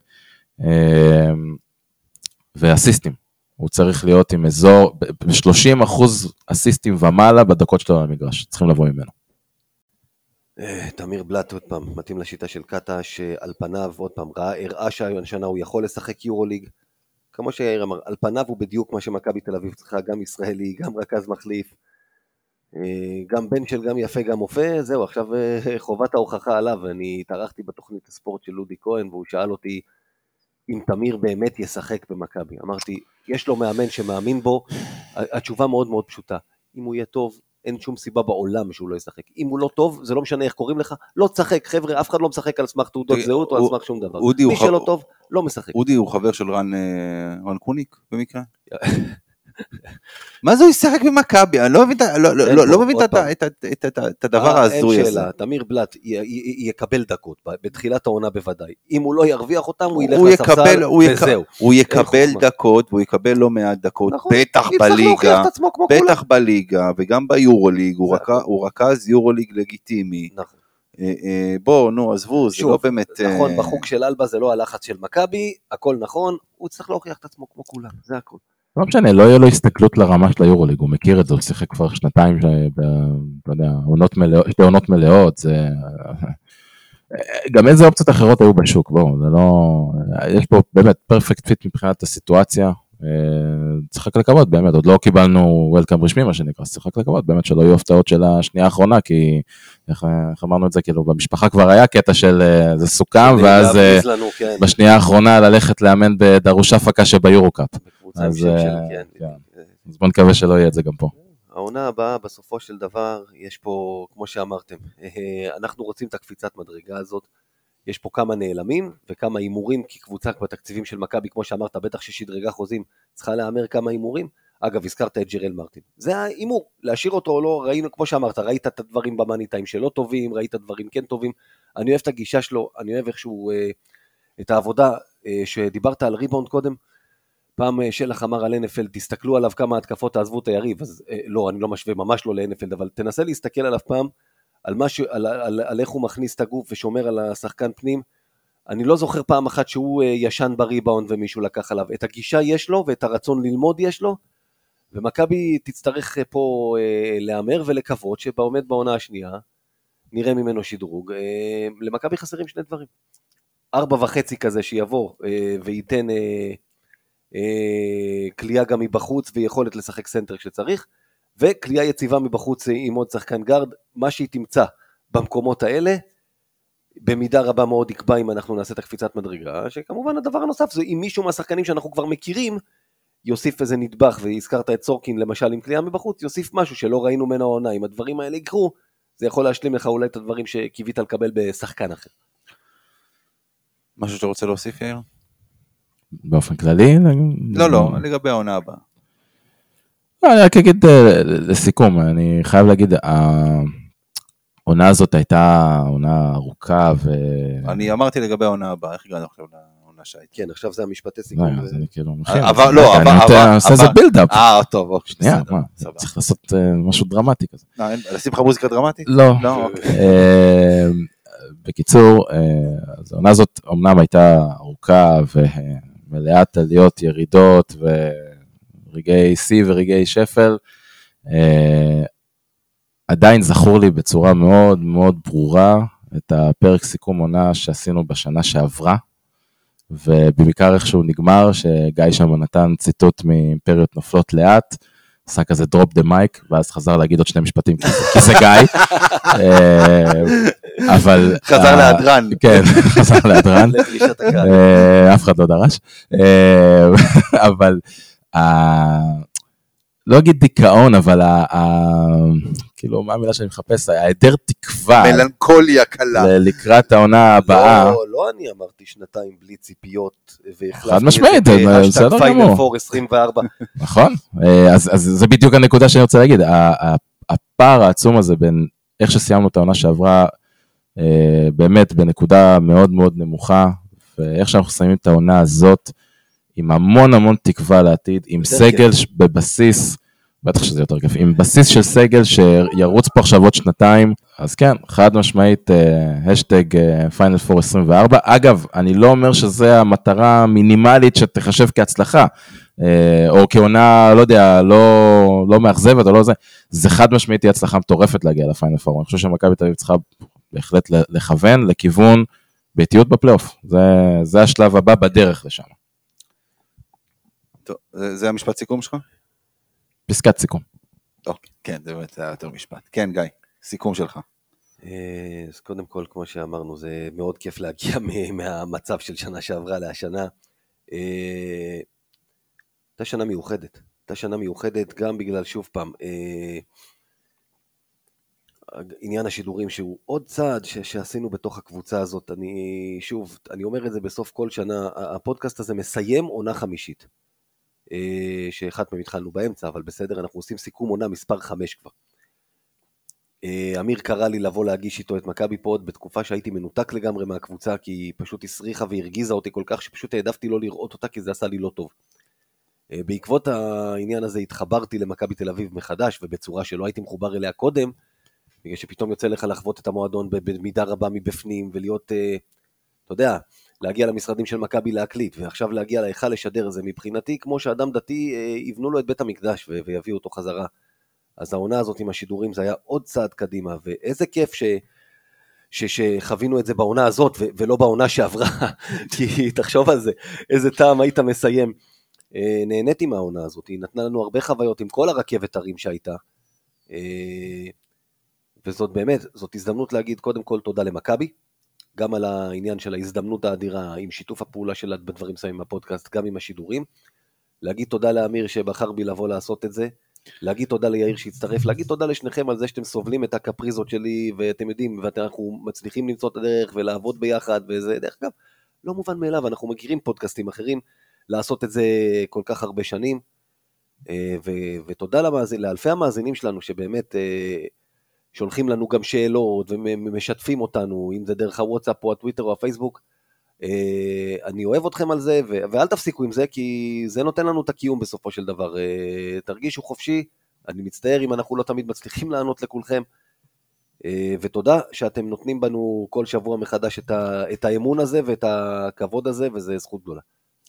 ואסיסטים, הוא צריך להיות עם אזור, ב-שלושים אחוז אסיסטים ומעלה בדקות שלו על המגרש, צריכים לבוא ממנו. תמיר בלט עוד פעם, מתאים לשיטה של קטה, שעל פניו עוד פעם, הראה שהשנה הוא יכול לשחק יורוליג, כמו שיאיר אמר, על פניו הוא בדיוק מה שמכבי תל אביב צריכה, גם ישראלי, גם רכז מחליף, גם בן של גם יפה, גם אופה, זהו, עכשיו חובת ההוכחה עליו, אני התארחתי בתוכנית הספורט של לודי כהן, והוא שאל אותי, אם תמיר באמת ישחק במכבי, אמרתי, יש לו מאמן שמאמין בו, התשובה מאוד מאוד פשוטה, אם הוא יהיה טוב, אין שום סיבה בעולם שהוא לא ישחק. אם הוא לא טוב, זה לא משנה איך קוראים לך, לא תשחק, חבר'ה, אף אחד לא משחק על סמך תעודות זהות או על סמך שום דבר. מי שלא טוב, לא משחק. אודי הוא חבר של רן קוניק במקרה? מה זה הוא ישחק במכבי? אני לא מבין את הדבר ההזוי הזה. תמיר בלט יקבל דקות, בתחילת העונה בוודאי. אם הוא לא ירוויח אותם, הוא ילך לספסל וזהו. הוא יקבל דקות, והוא יקבל לא מעט דקות, בטח בליגה, בטח בליגה, וגם ביורוליג, הוא רכז יורוליג לגיטימי. בוא, נו, עזבו, זה לא באמת... נכון, בחוג של אלבה זה לא הלחץ של מכבי, הכל נכון, הוא צריך להוכיח את עצמו כמו כולם, זה הכל. לא משנה, לא יהיה לו הסתכלות לרמה של היורוליג, הוא מכיר את זה, הוא שיחק כבר שנתיים, אתה יודע, שתי עונות מלאות, זה... גם איזה אופציות אחרות היו בשוק, בואו, זה לא... יש פה באמת פרפקט פיט מבחינת הסיטואציה, צריך רק לקוות, באמת, עוד לא קיבלנו וולקאם רשמי, מה שנקרא, צריך רק לקוות, באמת שלא יהיו הפתעות של השנייה האחרונה, כי איך אמרנו את זה, כאילו, במשפחה כבר היה קטע של זה סוכם, ואז בשנייה האחרונה ללכת לאמן בדרוש אפקה שביורוקאפ. אז בוא נקווה שלא יהיה את זה גם פה. העונה הבאה, בסופו של דבר, יש פה, כמו שאמרתם, אנחנו רוצים את הקפיצת מדרגה הזאת, יש פה כמה נעלמים וכמה אימורים, כי קבוצה בתקציבים של מכבי, כמו שאמרת, בטח ששדרגה חוזים, צריכה לאמר כמה אימורים. אגב, הזכרת את ג'רל מרטין. זה האימור, להשאיר אותו או לא, ראינו, כמו שאמרת, ראית את הדברים במאניטיים שלא טובים, ראית דברים כן טובים. אני אוהב את הגישה שלו, אני אוהב איכשהו את העבודה שדיברת על ריבאונד קודם. פעם שלח אמר על אן אף אל, תסתכלו עליו כמה התקפות תעזבו את היריב, אז לא, אני לא משווה ממש לא ל-אן אף אל, אבל תנסה להסתכל עליו פעם, על, משהו, על, על, על איך הוא מכניס את הגוף ושומר על השחקן פנים. אני לא זוכר פעם אחת שהוא ישן בריבאונד ומישהו לקח עליו. את הגישה יש לו ואת הרצון ללמוד יש לו, ומכבי תצטרך פה לאמר ולקוות שבעומד בעונה השנייה, נראה ממנו שדרוג. למכבי חסרים שני דברים. ארבע וחצי כזה שיבוא וייתן קליעה גם מבחוץ ויכולת לשחק סנטר כשצריך, וקליעה יציבה מבחוץ עם עוד שחקן גארד, מה שהיא תמצא במקומות האלה, במידה רבה מאוד יקבע אם אנחנו נעשה את הקפיצת מדרגה, שכמובן הדבר הנוסף זה אם מישהו מהשחקנים שאנחנו כבר מכירים, יוסיף איזה נדבך, והזכרת את סורקין למשל עם קליעה מבחוץ, יוסיף משהו שלא ראינו ממנו העונה, אם הדברים האלה יקרו, זה יכול להשלים לך אולי את הדברים שקיווית לקבל בשחקן אחר. משהו שאתה רוצה להוסיף, יאיר? באופן כללי? לא, לא, לגבי העונה הבאה. לא, אני רק אגיד לסיכום, אני חייב להגיד, העונה הזאת הייתה עונה ארוכה ו... אני אמרתי לגבי העונה הבאה, איך הגענו עכשיו לעונה שהייתה? כן, עכשיו זה המשפטי סיכום. לא, אז אני כאילו מכין. אבל לא, אבל... אני עושה איזה בילדאפ. אה, טוב, אוקיי. שנייה, מה, צריך לעשות משהו דרמטי כזה. לשים לך מוזיקה דרמטית? לא. לא, בקיצור, אז העונה הזאת אמנם הייתה ארוכה ומלאת עליות, ירידות ורגעי שיא ורגעי שפל, עדיין זכור לי בצורה מאוד מאוד ברורה את הפרק סיכום עונה שעשינו בשנה שעברה, ובעיקר איך שהוא נגמר, שגיא שם נתן ציטוט מאימפריות נופלות לאט, עשה כזה דרופ דה מייק, ואז חזר להגיד עוד שני משפטים, כי זה גיא. אבל... חזר להדרן. כן, חזר להדרן. אף אחד לא דרש. אבל... לא אגיד דיכאון, אבל כאילו, מה המילה שאני מחפש? היעדר תקווה. מלנכוליה קלה. לקראת העונה הבאה. לא, לא אני אמרתי שנתיים בלי ציפיות, חד משמעית, בסדר גמור. פיינל פור עשרים וארבע. נכון, אז זה בדיוק הנקודה שאני רוצה להגיד, הפער העצום הזה בין איך שסיימנו את העונה שעברה, באמת בנקודה מאוד מאוד נמוכה, ואיך שאנחנו שמים את העונה הזאת, עם המון המון תקווה לעתיד, עם סגל בבסיס, בטח שזה יותר כיף, עם בסיס של סגל שירוץ פה עכשיו עוד שנתיים, אז כן, חד משמעית, השטג פיינל פור עשרים וארבע, אגב, אני לא אומר שזה המטרה המינימלית שתחשב כהצלחה, או כעונה, לא יודע, לא, לא מאכזבת או לא זה, זה חד משמעית היא הצלחה מטורפת להגיע לפיינל פור, אני חושב שמכבי תל אביב צריכה בהחלט לכוון, לכיוון ביתיות בפלייאוף, זה, זה השלב הבא בדרך לשם. טוב, זה המשפט סיכום שלך? פסקת סיכום. אוקיי, כן, זה באמת היה יותר משפט. כן, גיא, סיכום שלך. אז קודם כל, כמו שאמרנו, זה מאוד כיף להגיע מהמצב של שנה שעברה להשנה. הייתה שנה מיוחדת. הייתה שנה מיוחדת גם בגלל, שוב פעם, עניין השידורים שהוא עוד צעד שעשינו בתוך הקבוצה הזאת. אני, שוב, אני אומר את זה בסוף כל שנה, הפודקאסט הזה מסיים עונה חמישית. שאחת מהם התחלנו באמצע, אבל בסדר, אנחנו עושים סיכום עונה מספר חמש כבר. אמיר קרא לי לבוא להגיש איתו את מכבי פוד, בתקופה שהייתי מנותק לגמרי מהקבוצה, כי היא פשוט הסריחה והרגיזה אותי כל כך, שפשוט העדפתי לא לראות אותה, כי זה עשה לי לא טוב. בעקבות העניין הזה התחברתי למכבי תל אביב מחדש, ובצורה שלא הייתי מחובר אליה קודם, בגלל שפתאום יוצא לך לחוות את המועדון במידה רבה מבפנים, ולהיות, אתה יודע, להגיע למשרדים של מכבי להקליט, ועכשיו להגיע להיכל לשדר, זה מבחינתי, כמו שאדם דתי יבנו לו את בית המקדש, ויביאו אותו חזרה. אז העונה הזאת עם השידורים, זה היה עוד צעד קדימה, ואיזה כיף ש... ש... שחווינו את זה בעונה הזאת, ו... ולא בעונה שעברה, כי תחשוב על זה, איזה טעם היית מסיים. נהניתי מהעונה הזאת, היא נתנה לנו הרבה חוויות עם כל הרכבת הרים שהייתה, וזאת באמת, זאת הזדמנות להגיד קודם כל תודה למכבי, גם על העניין של ההזדמנות האדירה, עם שיתוף הפעולה שלה בדברים מסוימים בפודקאסט, גם עם השידורים, להגיד תודה לאמיר שבחר בי לבוא לעשות את זה, להגיד תודה ליאיר שהצטרף, להגיד תודה לשניכם על זה שאתם סובלים את הקפריזות שלי, ואתם יודעים, ואנחנו מצליחים למצוא את הדרך ולעבוד ביחד, וזה דרך אגב, לא מובן מאליו, אנחנו מכירים פודקאסטים אחרים, לעשות את זה כל כך הרבה שנים, ו- ותודה למאזין, לאלפי המאזינים שלנו, שבאמת שולחים לנו גם שאלות, ומשתפים אותנו, אם זה דרך הוואטסאפ או הטוויטר או הפייסבוק, אני אוהב אתכם על זה, ואל תפסיקו עם זה, כי זה נותן לנו את הקיום בסופו של דבר. תרגישו חופשי, אני מצטער אם אנחנו לא תמיד מצליחים לענות לכולכם, ותודה שאתם נותנים בנו כל שבוע מחדש את, ה, את האמון הזה ואת הכבוד הזה, וזה זכות גדולה.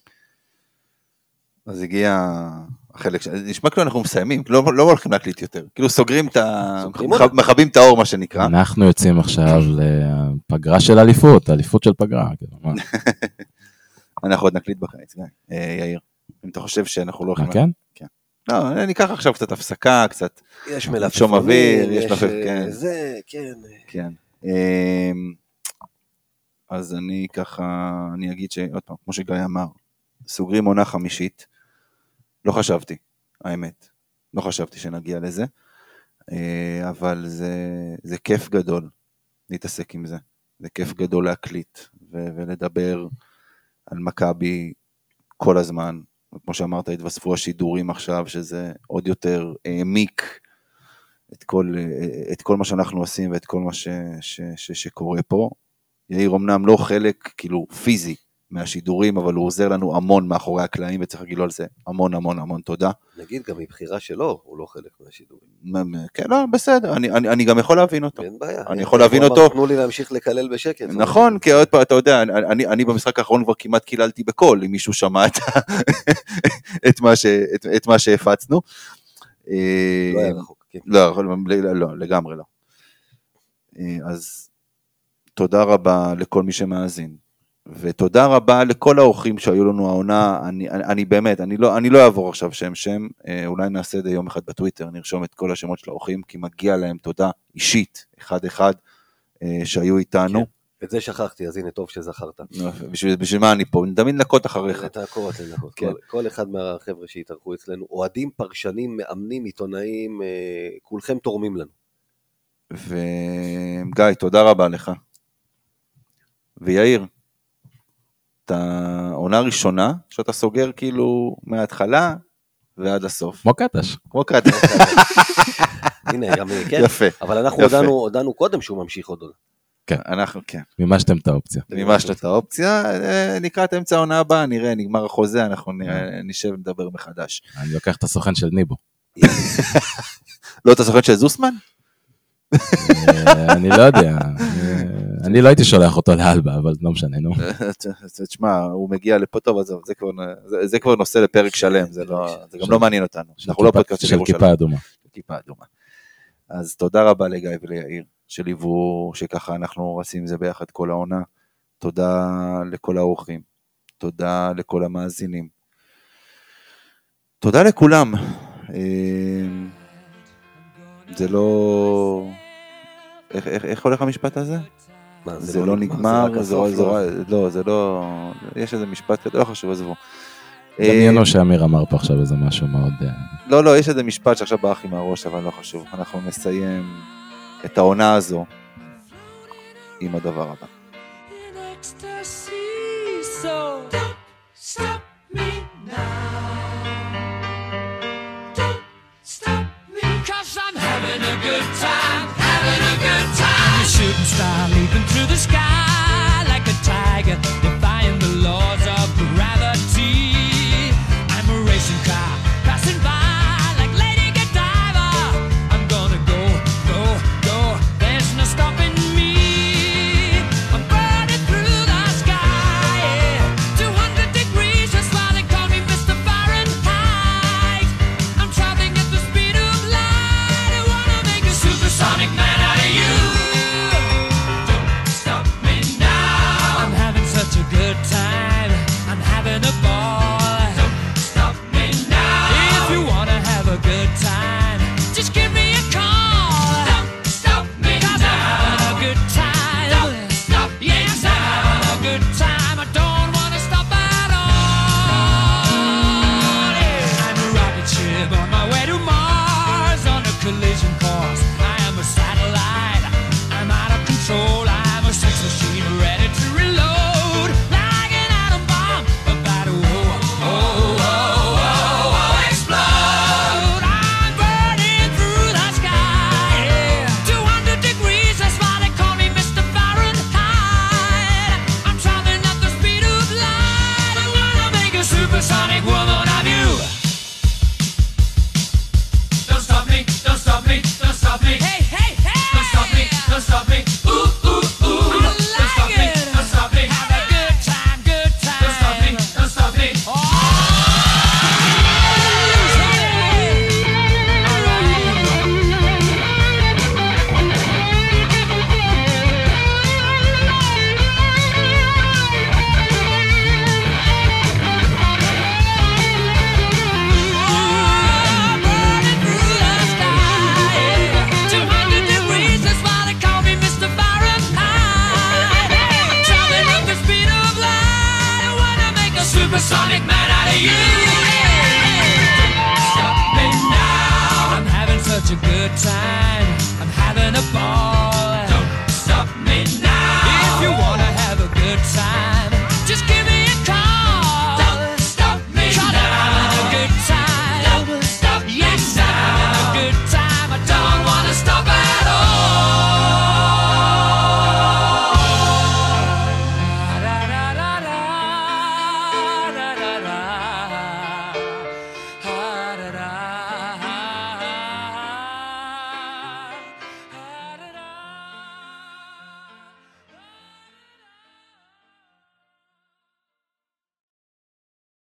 אז הגיע החלק, נשמע כאילו אנחנו מסיימים, לא, לא הולכים להקליט יותר, כאילו סוגרים את ה... מכבים את האור מה שנקרא. אנחנו יוצאים עכשיו לפגרה של אליפות, אליפות של פגרה. אנחנו עוד נקליט בחיץ, יאיר, אם אתה חושב שאנחנו לא הולכים... כן? כן. לא, ניקח עכשיו קצת הפסקה, קצת... יש מלפפונים, שום אוויר, יש יש מלפפונים, כן. זה, כן. כן. אז אני ככה, אני אגיד שעוד פעם, כמו שגיא אמר, סוגרים עונה חמישית, לא חשבתי, האמת, לא חשבתי שנגיע לזה, אבל זה, זה כיף גדול להתעסק עם זה, זה כיף גדול להקליט ו- ולדבר על מכבי כל הזמן, כמו שאמרת, התווספו השידורים עכשיו, שזה עוד יותר העמיק את כל, את כל מה שאנחנו עושים ואת כל מה ש- ש- ש- שקורה פה. יאיר אמנם לא חלק כאילו פיזי מהשידורים, אבל הוא עוזר לנו המון מאחורי הקלעים, וצריך להגיד לו על זה המון המון המון תודה. נגיד גם מבחירה שלו, הוא לא חלק מהשידורים. כן, לא, בסדר, אני, אני, אני גם יכול להבין אותו. אין בעיה. אני יכול להבין אותו. תנו לי להמשיך לקלל בשקט. נכון, כי עוד פעם, אתה יודע, אני, אני במשחק האחרון כבר כמעט קיללתי בקול, אם מישהו שמע את, את, מה, ש, את, את מה שהפצנו. לא היה רחוק. כן. לא, לא, לא, לגמרי לא. אז תודה רבה לכל מי שמאזין. ותודה רבה לכל האורחים שהיו לנו העונה, אני, אני, אני באמת, אני לא, אני לא אעבור עכשיו שם שם, אה, אולי נעשה את זה יום אחד בטוויטר, נרשום את כל השמות של האורחים, כי מגיע להם תודה אישית, אחד אחד, אה, שהיו איתנו. כן. את זה שכחתי, אז הנה טוב שזכרת. בשביל, בשביל מה אני פה? אני תמיד לנקות אחריך. אתה קוראת לנקות. כן. כל, כל אחד מהחבר'ה שהתארחו אצלנו, אוהדים, פרשנים, מאמנים, עיתונאים, אה, כולכם תורמים לנו. וגיא, תודה רבה לך. ויאיר, העונה ראשונה, שאתה סוגר כאילו מההתחלה ועד הסוף. כמו קטש. כמו קטש. הנה, גם כן. יפה. אבל אנחנו הודענו, הודענו קודם שהוא ממשיך עוד עוד. כן. אנחנו, כן. מימשתם את האופציה. מימשת את האופציה, נקראת אמצע העונה הבאה, נראה, נגמר החוזה, אנחנו נשב לדבר מחדש. אני לוקח את הסוכן של ניבו. לא את הסוכן של זוסמן? אני לא יודע. אני לא הייתי שולח אותו לאלבה, אבל לא משנה, נו. תשמע, הוא מגיע לפה טוב, זה כבר נושא לפרק שלם, זה גם לא מעניין אותנו. אנחנו לא פודקאסט של ירושלים. של כיפה אדומה. כיפה אדומה. אז תודה רבה לגיא וליאיר, שליוו, שככה אנחנו עושים זה ביחד כל העונה. תודה לכל האורחים. תודה לכל המאזינים. תודה לכולם. זה לא... איך, איך, איך הולך המשפט הזה? מה, זה, זה לא נגמר, זה לא, זה לא, זה לא, יש איזה משפט כזה, לא חשוב, עזבו. דמיינו שאמיר אמר פה עכשיו איזה משהו מאוד... לא, לא, יש איזה משפט שעכשיו באח עם הראש, אבל לא חשוב. אנחנו נסיים את העונה הזו עם הדבר הבא. Shooting star leaping through the sky like a tiger, defying the laws of gravity. I'm a racing car passing by like Lady Godiva. I'm gonna go, go, go. There's no stopping me. I'm burning through the sky, yeah. two hundred degrees, that's why they call me Mister Fahrenheit. I'm traveling at the speed of light. I wanna make a supersonic man out of you. Such a good time, I'm having a ball. Don't stop me now. If you wanna have a good time, just give me a call. Don't stop me now. I'm having a good time. Don't stop me yes, now. I'm having a good time. I don't wanna stop at all. Yeah. I'm a rocket ship on my way to Mars on a collision course. I am a satellite. I'm out of control. I'm a sex machine ready to reload. Sonic woman of you. Don't stop me, don't stop me, don't stop me. Hey, hey, hey! Don't in a bar.